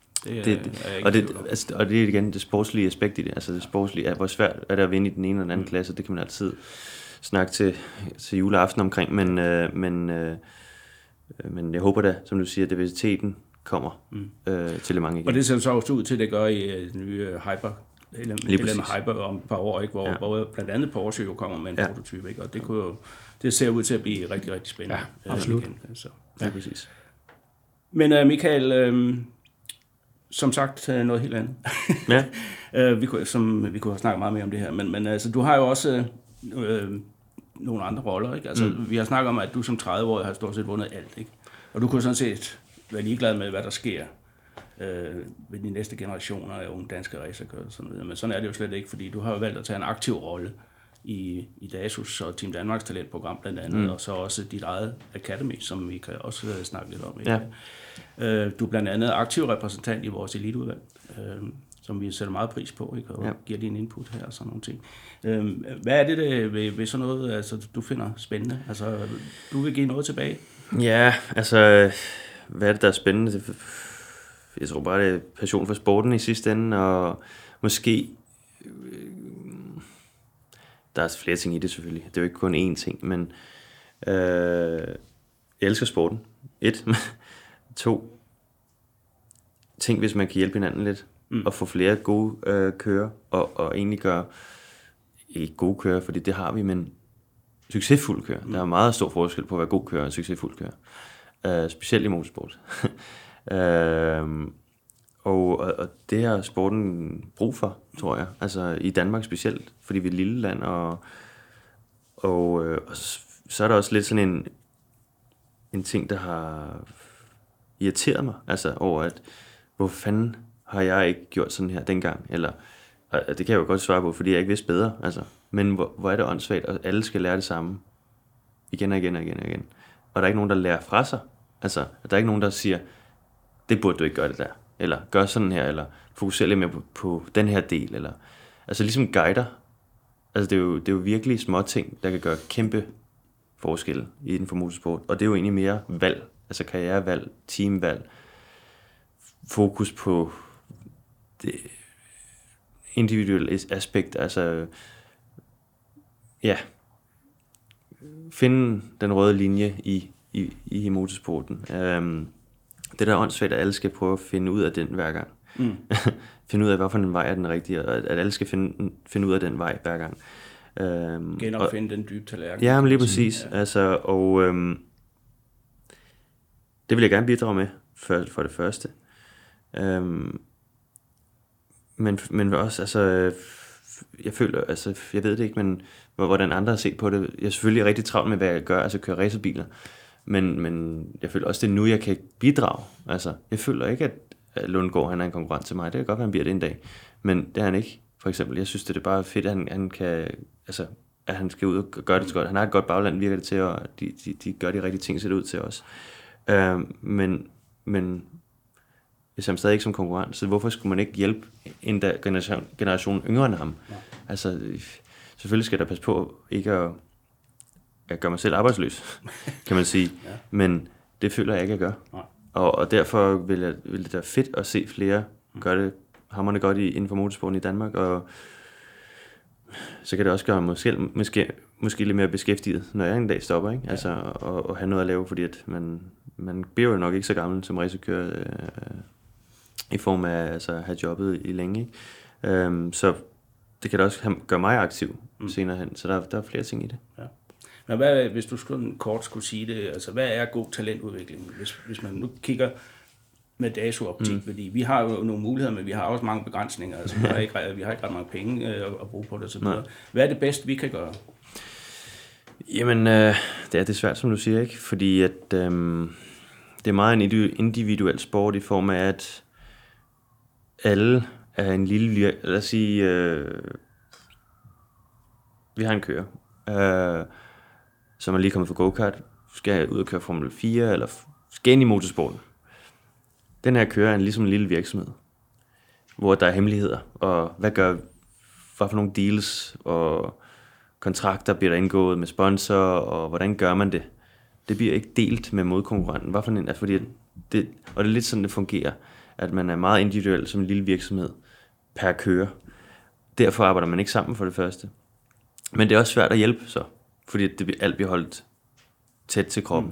Og det er igen det sportslige aspekt i det. Altså det sportslige, hvor svært er det at vinde i den ene eller den anden klasse, det kan man altid snakke til juleaften omkring, men jeg håber da, som du siger, at diversiteten kommer til Le Mans igen. Og det ser så også ud til, at det gør i den nye Hyper, Hyper om et par år, ikke? Hvor blandt andet Porsche jo kommer med en prototype, ikke? Og det ser ud til at blive rigtig, rigtig spændende. Ja, absolut. Ja, præcis. Men Michael, som sagt noget helt andet. Vi kunne have snakket meget mere om det her, men altså, du har jo også nogle andre roller, ikke? Altså, vi har snakket om, at du som 30-årig har stort set vundet alt, ikke? Og du kunne sådan set være ligeglad med, hvad der sker ved de næste generationer af unge danske racerkører og sådan noget. Men sådan er det jo slet ikke, fordi du har jo valgt at tage en aktiv rolle i DASUS og Team Danmarks talentprogram blandt andet, og så også dit eget Academy, som vi kan også snakke lidt om. Ikke? Ja. Du er blandt andet aktiv repræsentant i vores eliteudvalg, som vi sætter meget pris på, ikke? Og giver din input her og sådan nogle ting. Hvad er det ved sådan noget, altså, du finder spændende? Altså, du vil give noget tilbage? Ja, altså, hvad er det, der er spændende? Jeg tror bare, det er passion for sporten i sidste ende, og måske... Der er flere ting i det selvfølgelig. Det er jo ikke kun én ting, men jeg elsker sporten. 1. 2. Tænk, hvis man kan hjælpe hinanden lidt, og få flere gode kører, og egentlig gøre, ikke gode kører, fordi det har vi, men succesfulde kører. Der er meget stor forskel på at være god kører og succesfuld kører. Specielt i motorsport. Og det har sporten brug for, tror jeg. Altså i Danmark specielt, fordi vi er et lille land, og så er der også lidt sådan en ting, der har irriteret mig, altså over at, hvor fanden har jeg ikke gjort sådan her dengang, eller, det kan jeg jo godt svare på, fordi jeg ikke vidste bedre, altså, men hvor er det åndssvagt, og alle skal lære det samme, igen og igen og igen og igen, og der er ikke nogen, der lærer fra sig, altså, der er ikke nogen, der siger, det burde du ikke gøre det der, eller gør sådan her, eller fokusere lidt mere på den her del, eller, altså ligesom guider, altså det er jo virkelig små ting, der kan gøre kæmpe forskel inden for motorsport, og det er jo egentlig mere valg, altså karrierevalg, teamvalg, fokus på det individuelle aspekt, altså ja, finde den røde linje i motorsporten. Det der er åndssvagt, at alle skal prøve at finde ud af den hver gang. Finde ud af, hvorfor den vej er den rigtige, og at alle skal finde ud af den vej hver gang. Genopfinde den dybe tallerken. Ja, men lige præcis. Ja. Altså, og det vil jeg gerne bidrage med, for det første. Men også, altså, jeg føler, altså, jeg ved det ikke, men hvordan andre har set på det. Jeg er selvfølgelig rigtig travlt med, hvad jeg gør, altså køre racerbiler. Men jeg føler også, det er nu, jeg kan bidrage. Altså, jeg føler ikke, at Lundgaard, han er en konkurrent til mig. Det kan godt være, han bliver det en dag. Men det er han ikke, for eksempel. Jeg synes, det er bare fedt, at han kan, altså, at han skal ud og gøre det så godt. Han har et godt bagland, virker det til, og de gør de rigtige ting, ser det ud til os. Men hvis han stadig ikke som konkurrent, så hvorfor skulle man ikke hjælpe en generation yngre end ham? Ja. Altså, selvfølgelig skal der passe på ikke at gøre mig selv arbejdsløs, kan man sige. Ja. Men det føler jeg ikke, at jeg gør. Og derfor vil det da fedt at se flere gøre det hamrende godt inden for motorsporten i Danmark, og så kan det også gøre mig måske lidt mere beskæftiget, når jeg en dag stopper, ikke? Ja. Altså, og have noget at lave, fordi at man bliver jo nok ikke så gammel som racerkører i form af altså, at have jobbet i længe, ikke? Så det kan da også gøre mig aktiv senere hen, så der er flere ting i det. Ja. Men hvis du kort skulle sige det, altså hvad er god talentudvikling, hvis man nu kigger med DASU-optik, fordi vi har jo nogle muligheder, men vi har også mange begrænsninger, altså vi har ikke ret mange penge at bruge på det, så videre. Hvad er det bedste, vi kan gøre? Jamen, det er svært, som du siger, ikke? Fordi at det er meget en individuel sport i form af, at alle er en lille, lad os sige, vi har en kører, som er lige kommet fra go-kart, skal ud og køre Formel 4, eller skal ind i motorsporten. Den her kører er ligesom en lille virksomhed, hvor der er hemmeligheder, og hvad for nogle deals og kontrakter bliver der indgået med sponsorer, og hvordan gør man det? Det bliver ikke delt med modkonkurrenten. Fordi det er lidt sådan, det fungerer, at man er meget individuel som en lille virksomhed per kører. Derfor arbejder man ikke sammen for det første. Men det er også svært at hjælpe så, fordi alt bliver holdt tæt til kroppen.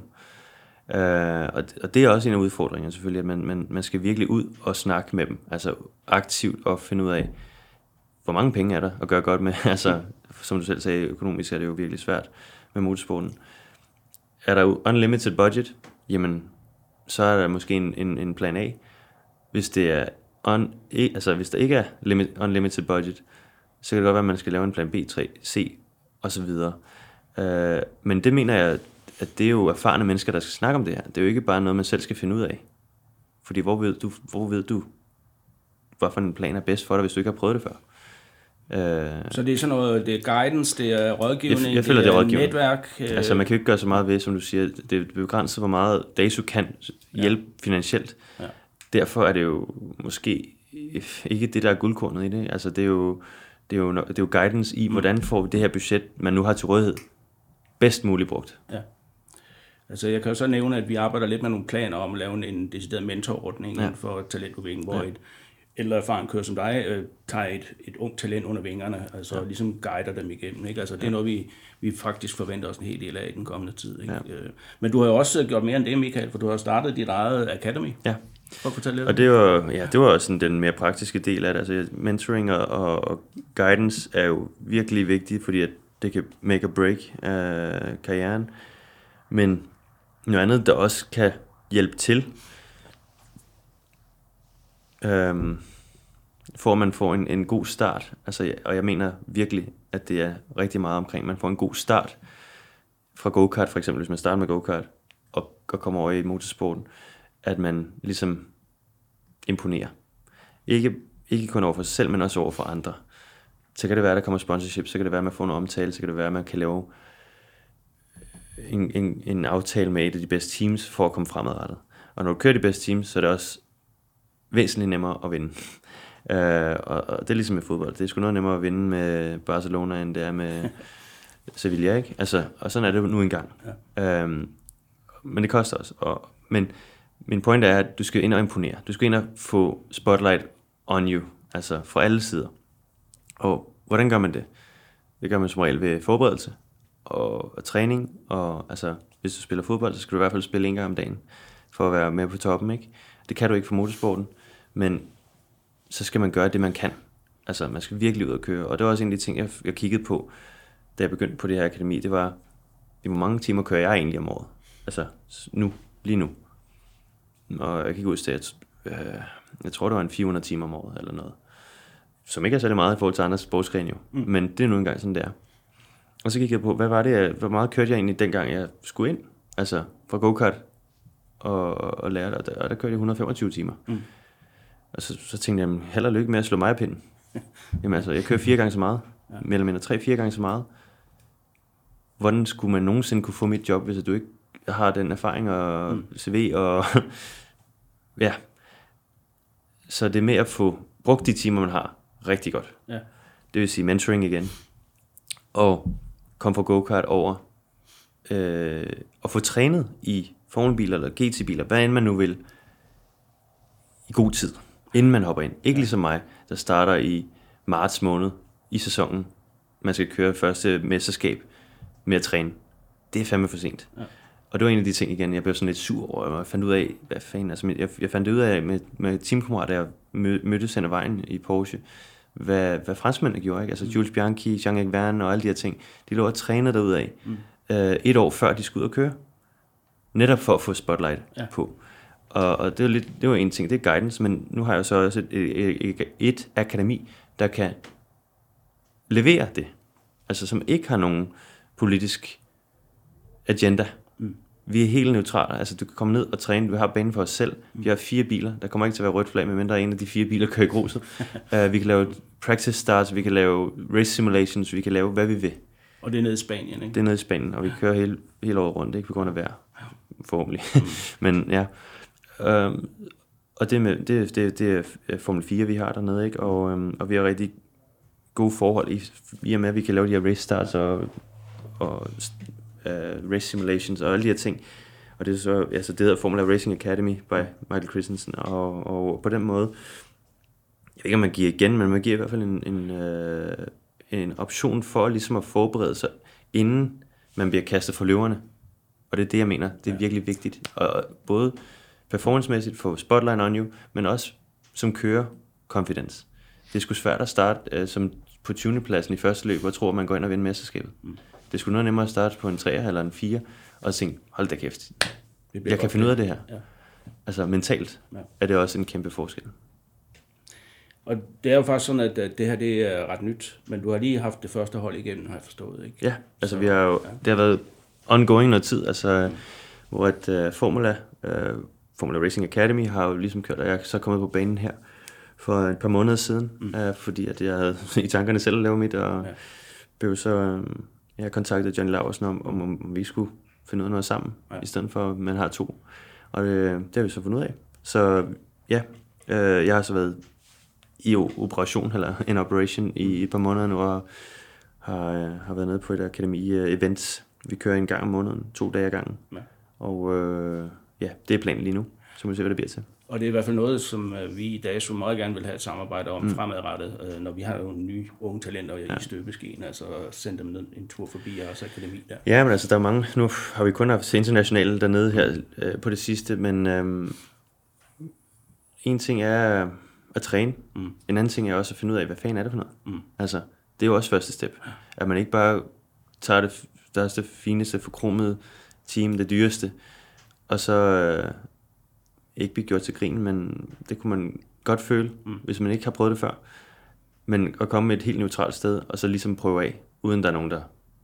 Og det er også en af udfordringerne selvfølgelig, at man skal virkelig ud og snakke med dem, altså aktivt og finde ud af, hvor mange penge er der at gøre godt med. Altså, som du selv sagde, økonomisk er det jo virkelig svært med motorsporten. Er der jo unlimited budget, jamen, så er der måske en plan A. Hvis det er hvis der ikke er unlimited budget, så kan det godt være, at man skal lave en plan B, 3, C og så videre. Men det mener jeg, at det er jo erfarne mennesker, der skal snakke om det her. Det er jo ikke bare noget, man selv skal finde ud af. Fordi hvor ved du, hvorfor en plan er bedst for dig, hvis du ikke har prøvet det før? Så det er sådan noget, det er guidance, det er rådgivning, jeg føler, det er rådgivning. Netværk? Altså man kan jo ikke gøre så meget ved, som du siger, det er begrænset, hvor meget DASU kan hjælpe finansielt. Ja. Derfor er det jo måske ikke det, der er guldkornet i det. Altså det er jo guidance i, hvordan får vi det her budget, man nu har til rådighed, bedst muligt brugt. Ja. Altså jeg kan jo så nævne, at vi arbejder lidt med nogle planer om at lave en decideret mentorordning for talentudvikling, hvor et eller erfaren kører som dig, tager et ungt talent under vingerne, altså ligesom guider dem igennem. Ikke? Altså det er noget, vi faktisk forventer os en hel del af i den kommende tid. Ikke? Ja. Men du har jo også gjort mere end det, Michael, for du har startet dit eget academy. Ja. For at fortælle lidt. Og det var også sådan den mere praktiske del af det. Altså mentoring og guidance er jo virkelig vigtigt, fordi at det kan make or break karrieren. Men noget andet, der også kan hjælpe til, for man får en god start. Altså, og jeg mener virkelig, at det er rigtig meget omkring, man får en god start fra go-kart for eksempel, hvis man starter med go-kart og kommer over i motorsporten, at man ligesom imponerer. Ikke kun over for sig selv, men også over for andre. Så kan det være, at der kommer sponsorship, så kan det være, at man får noget omtale, så kan det være, at man kan lave en aftale med et af de bedste teams for at komme fremadrettet. Og når du kører de bedste teams, så er det også væsentligt nemmere at vinde. Og det er ligesom med fodbold. Det er sgu noget nemmere at vinde med Barcelona, end det er med Sevilla, ikke? Altså, og sådan er det nu engang. Ja. Men det koster også. Men min point er, at du skal ind og imponere. Du skal ind og få spotlight on you, altså fra alle sider. Og hvordan gør man det? Det gør man som regel ved forberedelse og træning. Og altså, hvis du spiller fodbold, så skal du i hvert fald spille en gang om dagen for at være med på toppen, ikke? Det kan du ikke for motorsporten, men så skal man gøre det, man kan. Altså, man skal virkelig ud og køre. Og det var også en af de ting, jeg kiggede på, da jeg begyndte på det her akademi. Det var, hvor mange timer kører jeg egentlig om året? Altså, lige nu. Og jeg gik ud til, jeg tror, det var 400 timer om året, eller noget. Som ikke er særlig meget i forhold til andre sportsgrene jo. Men det er nu engang sådan, det er. Og så gik jeg på, hvor meget kørte jeg egentlig, dengang jeg skulle ind? Altså, fra go-kart og lære det. Og der kørte jeg 125 timer. Og så tænkte jeg, held og lykke med at slå mig af pinden. Jamen altså, jeg kører 4 gange så meget. Mere eller mindre 3-4 gange så meget. Hvordan skulle man nogensinde kunne få mit job, hvis du ikke har den erfaring og CV og ja. Så det er med at få brugt de timer, man har rigtig godt. Ja. Det vil sige mentoring igen. Og komme fra go-kart over og få trænet i formelbiler eller GT-biler, hvad end man nu vil, i god tid, inden man hopper ind. Ikke ligesom mig, der starter i marts måned i sæsonen. Man skal køre første mesterskab med at træne. Det er fandme for sent. Ja. Og det var en af de ting igen, jeg blev sådan lidt sur over, og jeg fandt ud af, hvad fanden, altså jeg fandt ud af med teamkammerater, jeg mødtes hen ad vejen i Porsche, hvad franskmændene gjorde, ikke? Altså Jules Bianchi, Jean-Eric Verne og alle de her ting, de lå og trænede derudad, 1 år før de skulle ud og køre, netop for at få spotlight på. Og det var en ting, det er guidance, men nu har jeg så også et akademi, der kan levere det, altså som ikke har nogen politisk agenda. Vi er helt neutrale, altså du kan komme ned og træne, vi har banen for os selv, vi har 4 biler, der kommer ikke til at være rødt flag, medmindre en af de 4 biler kører i gruset. Vi kan lave practice starts, vi kan lave race simulations, vi kan lave hvad vi vil. Og det er nede i Spanien, ikke? Det er nede i Spanien, og vi kører hele året rundt, ikke på grund af vejr, forhåbentlig. Men ja, og det er Formel 4, vi har dernede, ikke? Og vi har rigtig gode forhold i og med, at vi kan lave de her race starts og race simulations og alle de her ting. Og det er så, altså det hedder Formula Racing Academy by Michael Christensen, og på den måde, jeg ved ikke om man giver igen, men man giver i hvert fald en option for ligesom at forberede sig, inden man bliver kastet for løverne. Og det er det, jeg mener, det er virkelig vigtigt. Og både performancemæssigt for spotlight on you, men også som kører confidence. Det er sgu svært at starte som på 20. pladsen i første løb, og tror, at man går ind og vinder mesterskabet. Det skulle noget nemmere at starte på en 3 eller en 4, og tænke, hold da kæft, jeg kan finde ud af det her. Ja. Altså mentalt er det også en kæmpe forskel. Og det er jo faktisk sådan, at det her det er ret nyt, men du har lige haft det første hold igennem, har jeg forstået, ikke? Ja, altså vi har jo, det har været ongoing noget tid, altså hvor et Formula Racing Academy har jo ligesom kørt, og jeg er så kommet på banen her for et par måneder siden, fordi at jeg havde i tankerne selv at lave mit, og blev så jeg kontaktede Johnny Laursen om vi skulle finde ud af noget sammen, i stedet for at man har 2. Og det har vi så fundet ud af. Så ja, jeg har så været i operation, eller en operation i et par måneder nu, og har været nede på et akademi events. Vi kører en gang om måneden, 2 dage ad gangen. Ja. Og det er planen lige nu, så må vi se, hvad det bliver til. Og det er i hvert fald noget, som vi i dag så meget gerne vil have et samarbejde om fremadrettet, når vi har jo nye unge talenter i støbeskeen, altså sende dem ned en tur forbi jeres akademi der. Ja, men altså der er mange, nu har vi kun haft internationale dernede her på det sidste, men en ting er at træne, en anden ting er også at finde ud af, hvad fanden er det for noget. Altså, det er jo også første step, at man ikke bare tager det største, fineste, forkromede team, det dyreste, og så ikke blive gjort til grin, men det kunne man godt føle, hvis man ikke har prøvet det før. Men at komme med et helt neutralt sted, og så ligesom prøve af, uden der er nogen, der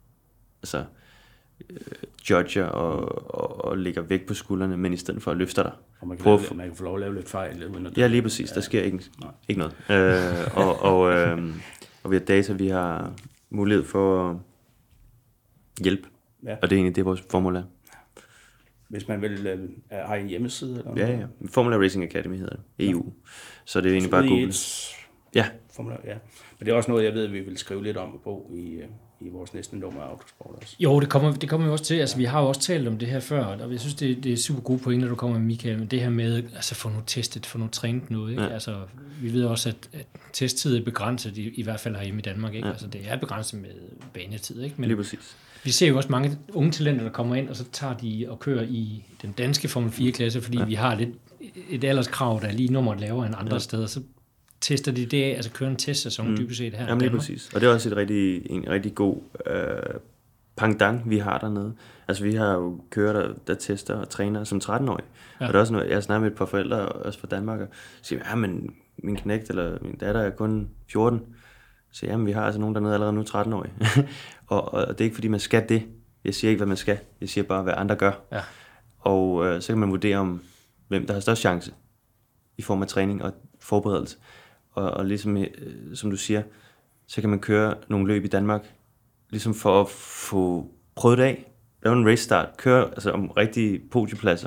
judger og lægger vægt på skuldrene, men i stedet for at løfte dig. Og man kan få lov at lave lidt fejl. Ja, lige præcis. Der sker ikke noget. Og vi har data, vi har mulighed for at hjælpe. Ja. Og det er egentlig det, vores formål er. Hvis man vil have en hjemmeside? Eller ja. Formula Racing Academy hedder det. EU. Så det er egentlig bare Google. Ja. Formula, ja. Men det er også noget, jeg ved, vi vil skrive lidt om på i vores næste nummer af Autosport også. Jo, det kommer jo også til. Altså, vi har jo også talt om det her før, og jeg synes, det er super gode pointer, du kommer med, Michael, men det her med, altså få nu testet, få nu trænet noget, ikke? Ja. Altså, vi ved også, at testtid er begrænset, i hvert fald herhjemme i Danmark, ikke? Ja. Altså, det er begrænset med banetid, ikke? Men lige præcis. Vi ser jo også mange unge talenter, der kommer ind, og så tager de og kører i den danske Formel 4-klasse, fordi vi har lidt et alderskrav, der er lige nummeret lavere end andre steder, så tester de det af, altså kører en testsæson dybest set her. Jamen lige præcis. Og det er også en rigtig god pendant, vi har dernede. Altså vi har jo kører, der tester og træner som 13-årig. Ja. Og det er også noget, jeg snakker med et par forældre, også fra Danmark, og siger, men min knægt eller min datter er kun 14. Så jamen, vi har altså nogen dernede allerede nu 13-årige. og det er ikke fordi, man skal det. Jeg siger ikke, hvad man skal. Jeg siger bare, hvad andre gør. Ja. Og så kan man vurdere om, hvem der har størst chance i form af træning og forberedelse. Og ligesom, som du siger, så kan man køre nogle løb i Danmark, ligesom for at få prøvet det af. Lave en race start. Køre altså, om rigtige podiepladser.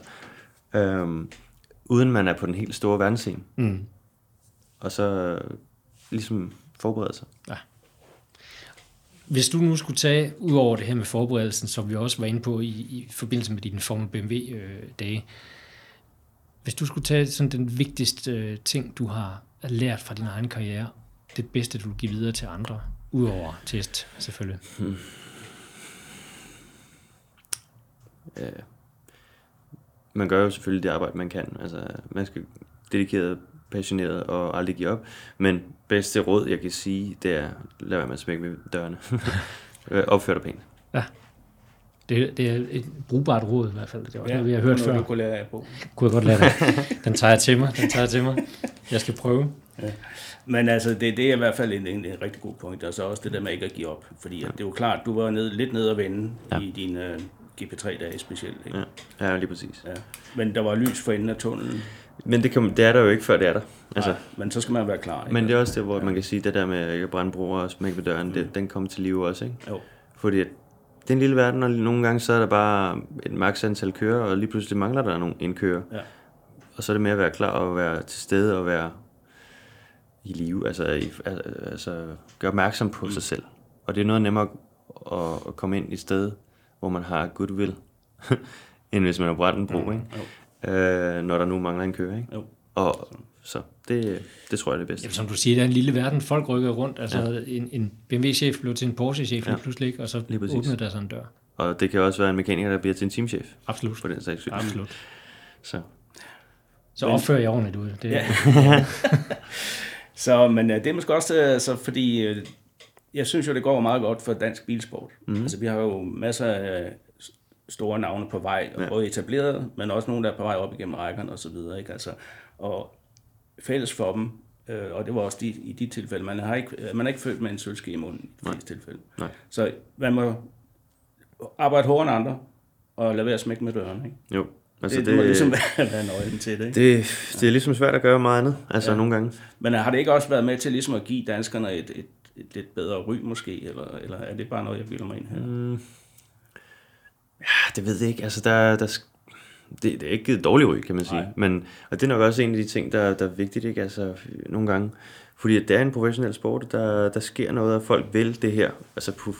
Uden man er på den helt store verdensscene. Og så ligesom forberede sig. Ja. Hvis du nu skulle tage, ud over det her med forberedelsen, som vi også var inde på i forbindelse med dine Formel BMW-dage, hvis du skulle tage sådan den vigtigste ting, du har lært fra din egen karriere, det bedste, du vil give videre til andre, ud over test, selvfølgelig. Man gør jo selvfølgelig det arbejde, man kan. Altså, man skal dedikeret, passioneret og aldrig give op. Men bedste råd, jeg kan sige, det er, lad være med at smække ved dørene. Opfør dig pænt. Ja. Det er et brugbart råd i hvert fald. Det er også noget, vi har hørt før. Du kunne lære af på. Kunne jeg godt lære dig. Den tager jeg til mig. Jeg skal prøve. Ja. Men altså, det er i hvert fald en rigtig god point. Og så også det der med ikke at give op. Fordi det er jo klart, du var lidt nede at vende i dine GP3-dage specielt. Ikke? Ja, lige præcis. Ja. Men der var lys for enden af tunnelen. Men det er der jo ikke, før det er der. Altså, nej, men så skal man være klar. Ikke? Men det er også det, hvor man kan sige, det der med ikke at brænde broer og smække ved døren, den kommer til live også. Ikke? Jo. Fordi det er en lille verden, og nogle gange så er der bare et maks antal kører, og lige pludselig mangler der en kører. Ja. Og så er det med at være klar og være til stede og være i live, altså gøre opmærksom på sig selv. Og det er noget nemmere at komme ind i et sted, hvor man har goodwill, end hvis man har brændt en bro, ikke? Når der nu mangler en kører, ikke? Jo. Og så det tror jeg er det bedste. Jamen, som du siger, det er en lille verden. Folk rykker rundt. Altså en BMW-chef blev til en Porsche-chef lige pludselig, og så åbnede der sådan en dør. Og det kan også være en mekaniker, der bliver til en teamchef. Absolut. På den sags skyld. Absolut. Så opfører jeg ordentligt ud. Det. Ja. Så, men det er måske også så, fordi jeg synes jo, det går meget godt for dansk bilsport. Altså, vi har jo masser af store navne på vej, både etableret, men også nogle, der er på vej op igennem rækkerne og så videre, ikke? Altså, og fælles for dem, og det var også i de tilfælde, man er ikke født med en sølvske i munden i de fleste tilfælde. Nej. Så man må arbejde hårdere end andre, og lade være at smække med døren, ikke? Jo, Altså, det må ligesom være nøglen til det, ikke? Det er ligesom svært at gøre meget andet, altså nogle gange. Men har det ikke også været med til ligesom at give danskerne et lidt bedre ry måske, eller er det bare noget, jeg bilder mig ind her? Ja, det ved jeg ikke. Altså, det er ikke et dårligt ry, kan man sige. Men, og det er nok også en af de ting, der er vigtigt, ikke? Altså, nogle gange. Fordi det er en professionel sport, der sker noget, og folk vil det her. Altså på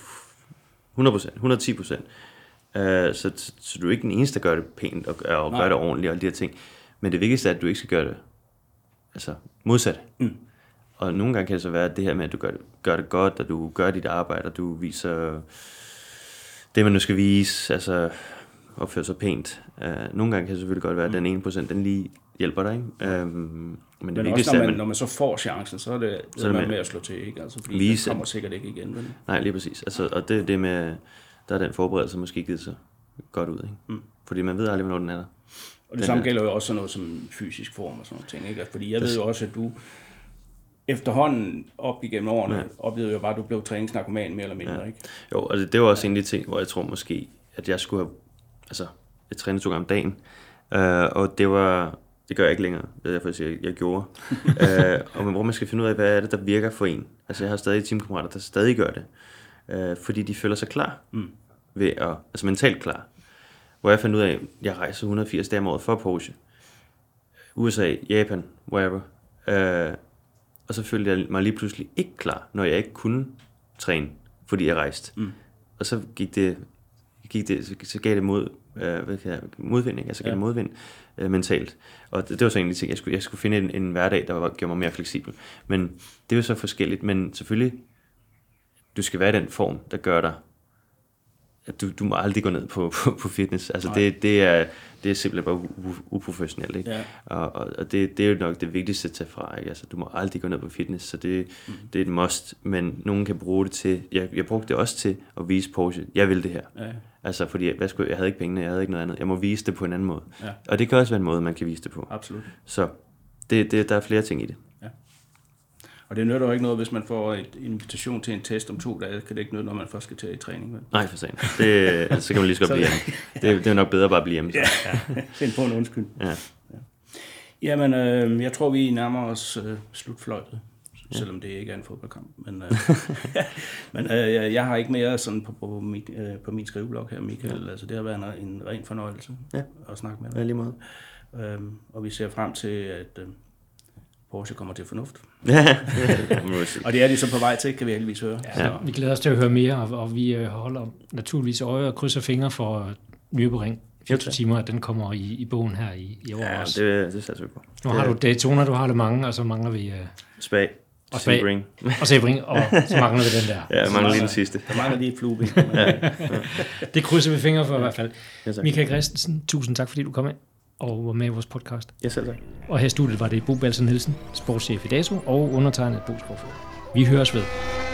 100%, 110%. Så du er ikke den eneste, der gør det pænt og gør det ordentligt og alle de her ting. Men det vigtigste er, at du ikke skal gøre det modsat. Og nogle gange kan det så være det her med, at du gør det godt, og du gør dit arbejde, og du viser det, man nu skal vise, altså opføre sig pænt. Nogle gange kan det selvfølgelig godt være, at den 1%, den lige hjælper dig, ikke? Men også når man så får chancen, så er det med at slå til, ikke? Altså, fordi det kommer sikkert ikke igen. Men... Nej, lige præcis. Altså, og det med, der er den forberedelse måske givet sig godt ud, ikke? Fordi man ved aldrig, hvornår den er der. Og det samme gælder jo også sådan noget som fysisk form og sådan noget ting, ikke? Altså, fordi jeg ved jo også, at du efterhånden op igennem årene oplevede jo bare, at du blev træningsnarkoman mere eller mindre, ikke? Jo, og det var også en af de ting, hvor jeg tror måske, at jeg skulle have, altså, jeg trænede 2 gange om dagen, og det gør jeg ikke længere, det er derfor, jeg siger, jeg gjorde. Og hvor man skal finde ud af, hvad er det, der virker for en. Altså, jeg har stadig teamkammerater, der stadig gør det, fordi de føler sig klar, ved at, altså mentalt klar. Hvor jeg fandt ud af, at jeg rejser 180 dage om året for Porsche. USA, Japan, wherever. Og så følte jeg mig lige pludselig ikke klar, når jeg ikke kunne træne, fordi jeg rejste. Og så så gav det modvind, altså gav det modvind mentalt. Og det var så egentlig ting, jeg skulle finde en hverdag, der gjorde mig mere fleksibel. Men det er jo så forskelligt, men selvfølgelig, du skal være i den form, der gør dig, at du må aldrig gå ned på fitness. Altså det er simpelthen bare uprofessionelt, ikke? Ja. Og det er jo nok det vigtigste at tage fra, ikke? Altså du må aldrig gå ned på fitness, så det er et must, men nogen kan bruge det til, jeg brugte det også til at vise Porsche, jeg vil det her. Ja. Altså fordi, jeg havde ikke pengene, jeg havde ikke noget andet, jeg må vise det på en anden måde. Ja. Og det kan også være en måde, man kan vise det på. Absolut. Så der er flere ting i det. Ja. Og det nytter jo ikke noget, hvis man får en invitation til en test om 2 dage, kan det ikke nytte, når man først skal til i træning. Vel? Nej, for sent. Så kan man lige så godt blive hjemme. Det er nok bedre bare at blive hjemme. Ja. Find på en undskyld. Ja. Jamen, jeg tror, vi nærmer os slutfløjtet, selvom det ikke er en fodboldkamp. Men jeg har ikke mere sådan på min skriveblok her, Michael. Altså, det har været en ren fornøjelse at snakke med dig. Ja, lige måde. Og vi ser frem til, at Porsche kommer til fornuft. Ja. Og det er de så på vej til, kan vi heldigvis høre. Ja, vi glæder os til at høre mere, og vi holder naturligvis øje og krydser fingre for Nürburgring 24 timer, at den kommer i bogen her i år også. Ja, det satser vi på. Nu har du Daytona, du har Le Mans, og så mangler vi Spa. Og Sebring. Og Sebring, og så mangler vi den der. Ja, mangler lige den sidste. Der mangler lige et flueben. Det krydser vi fingre for i hvert fald. Michael Christensen, tusind tak, fordi du kom ind og var med i vores podcast. Ja, selv tak. Og her i studiet var det Bo Balser Nielsen, sportschef i DATO, og undertegnet Bo Skovfod. Vi høres ved.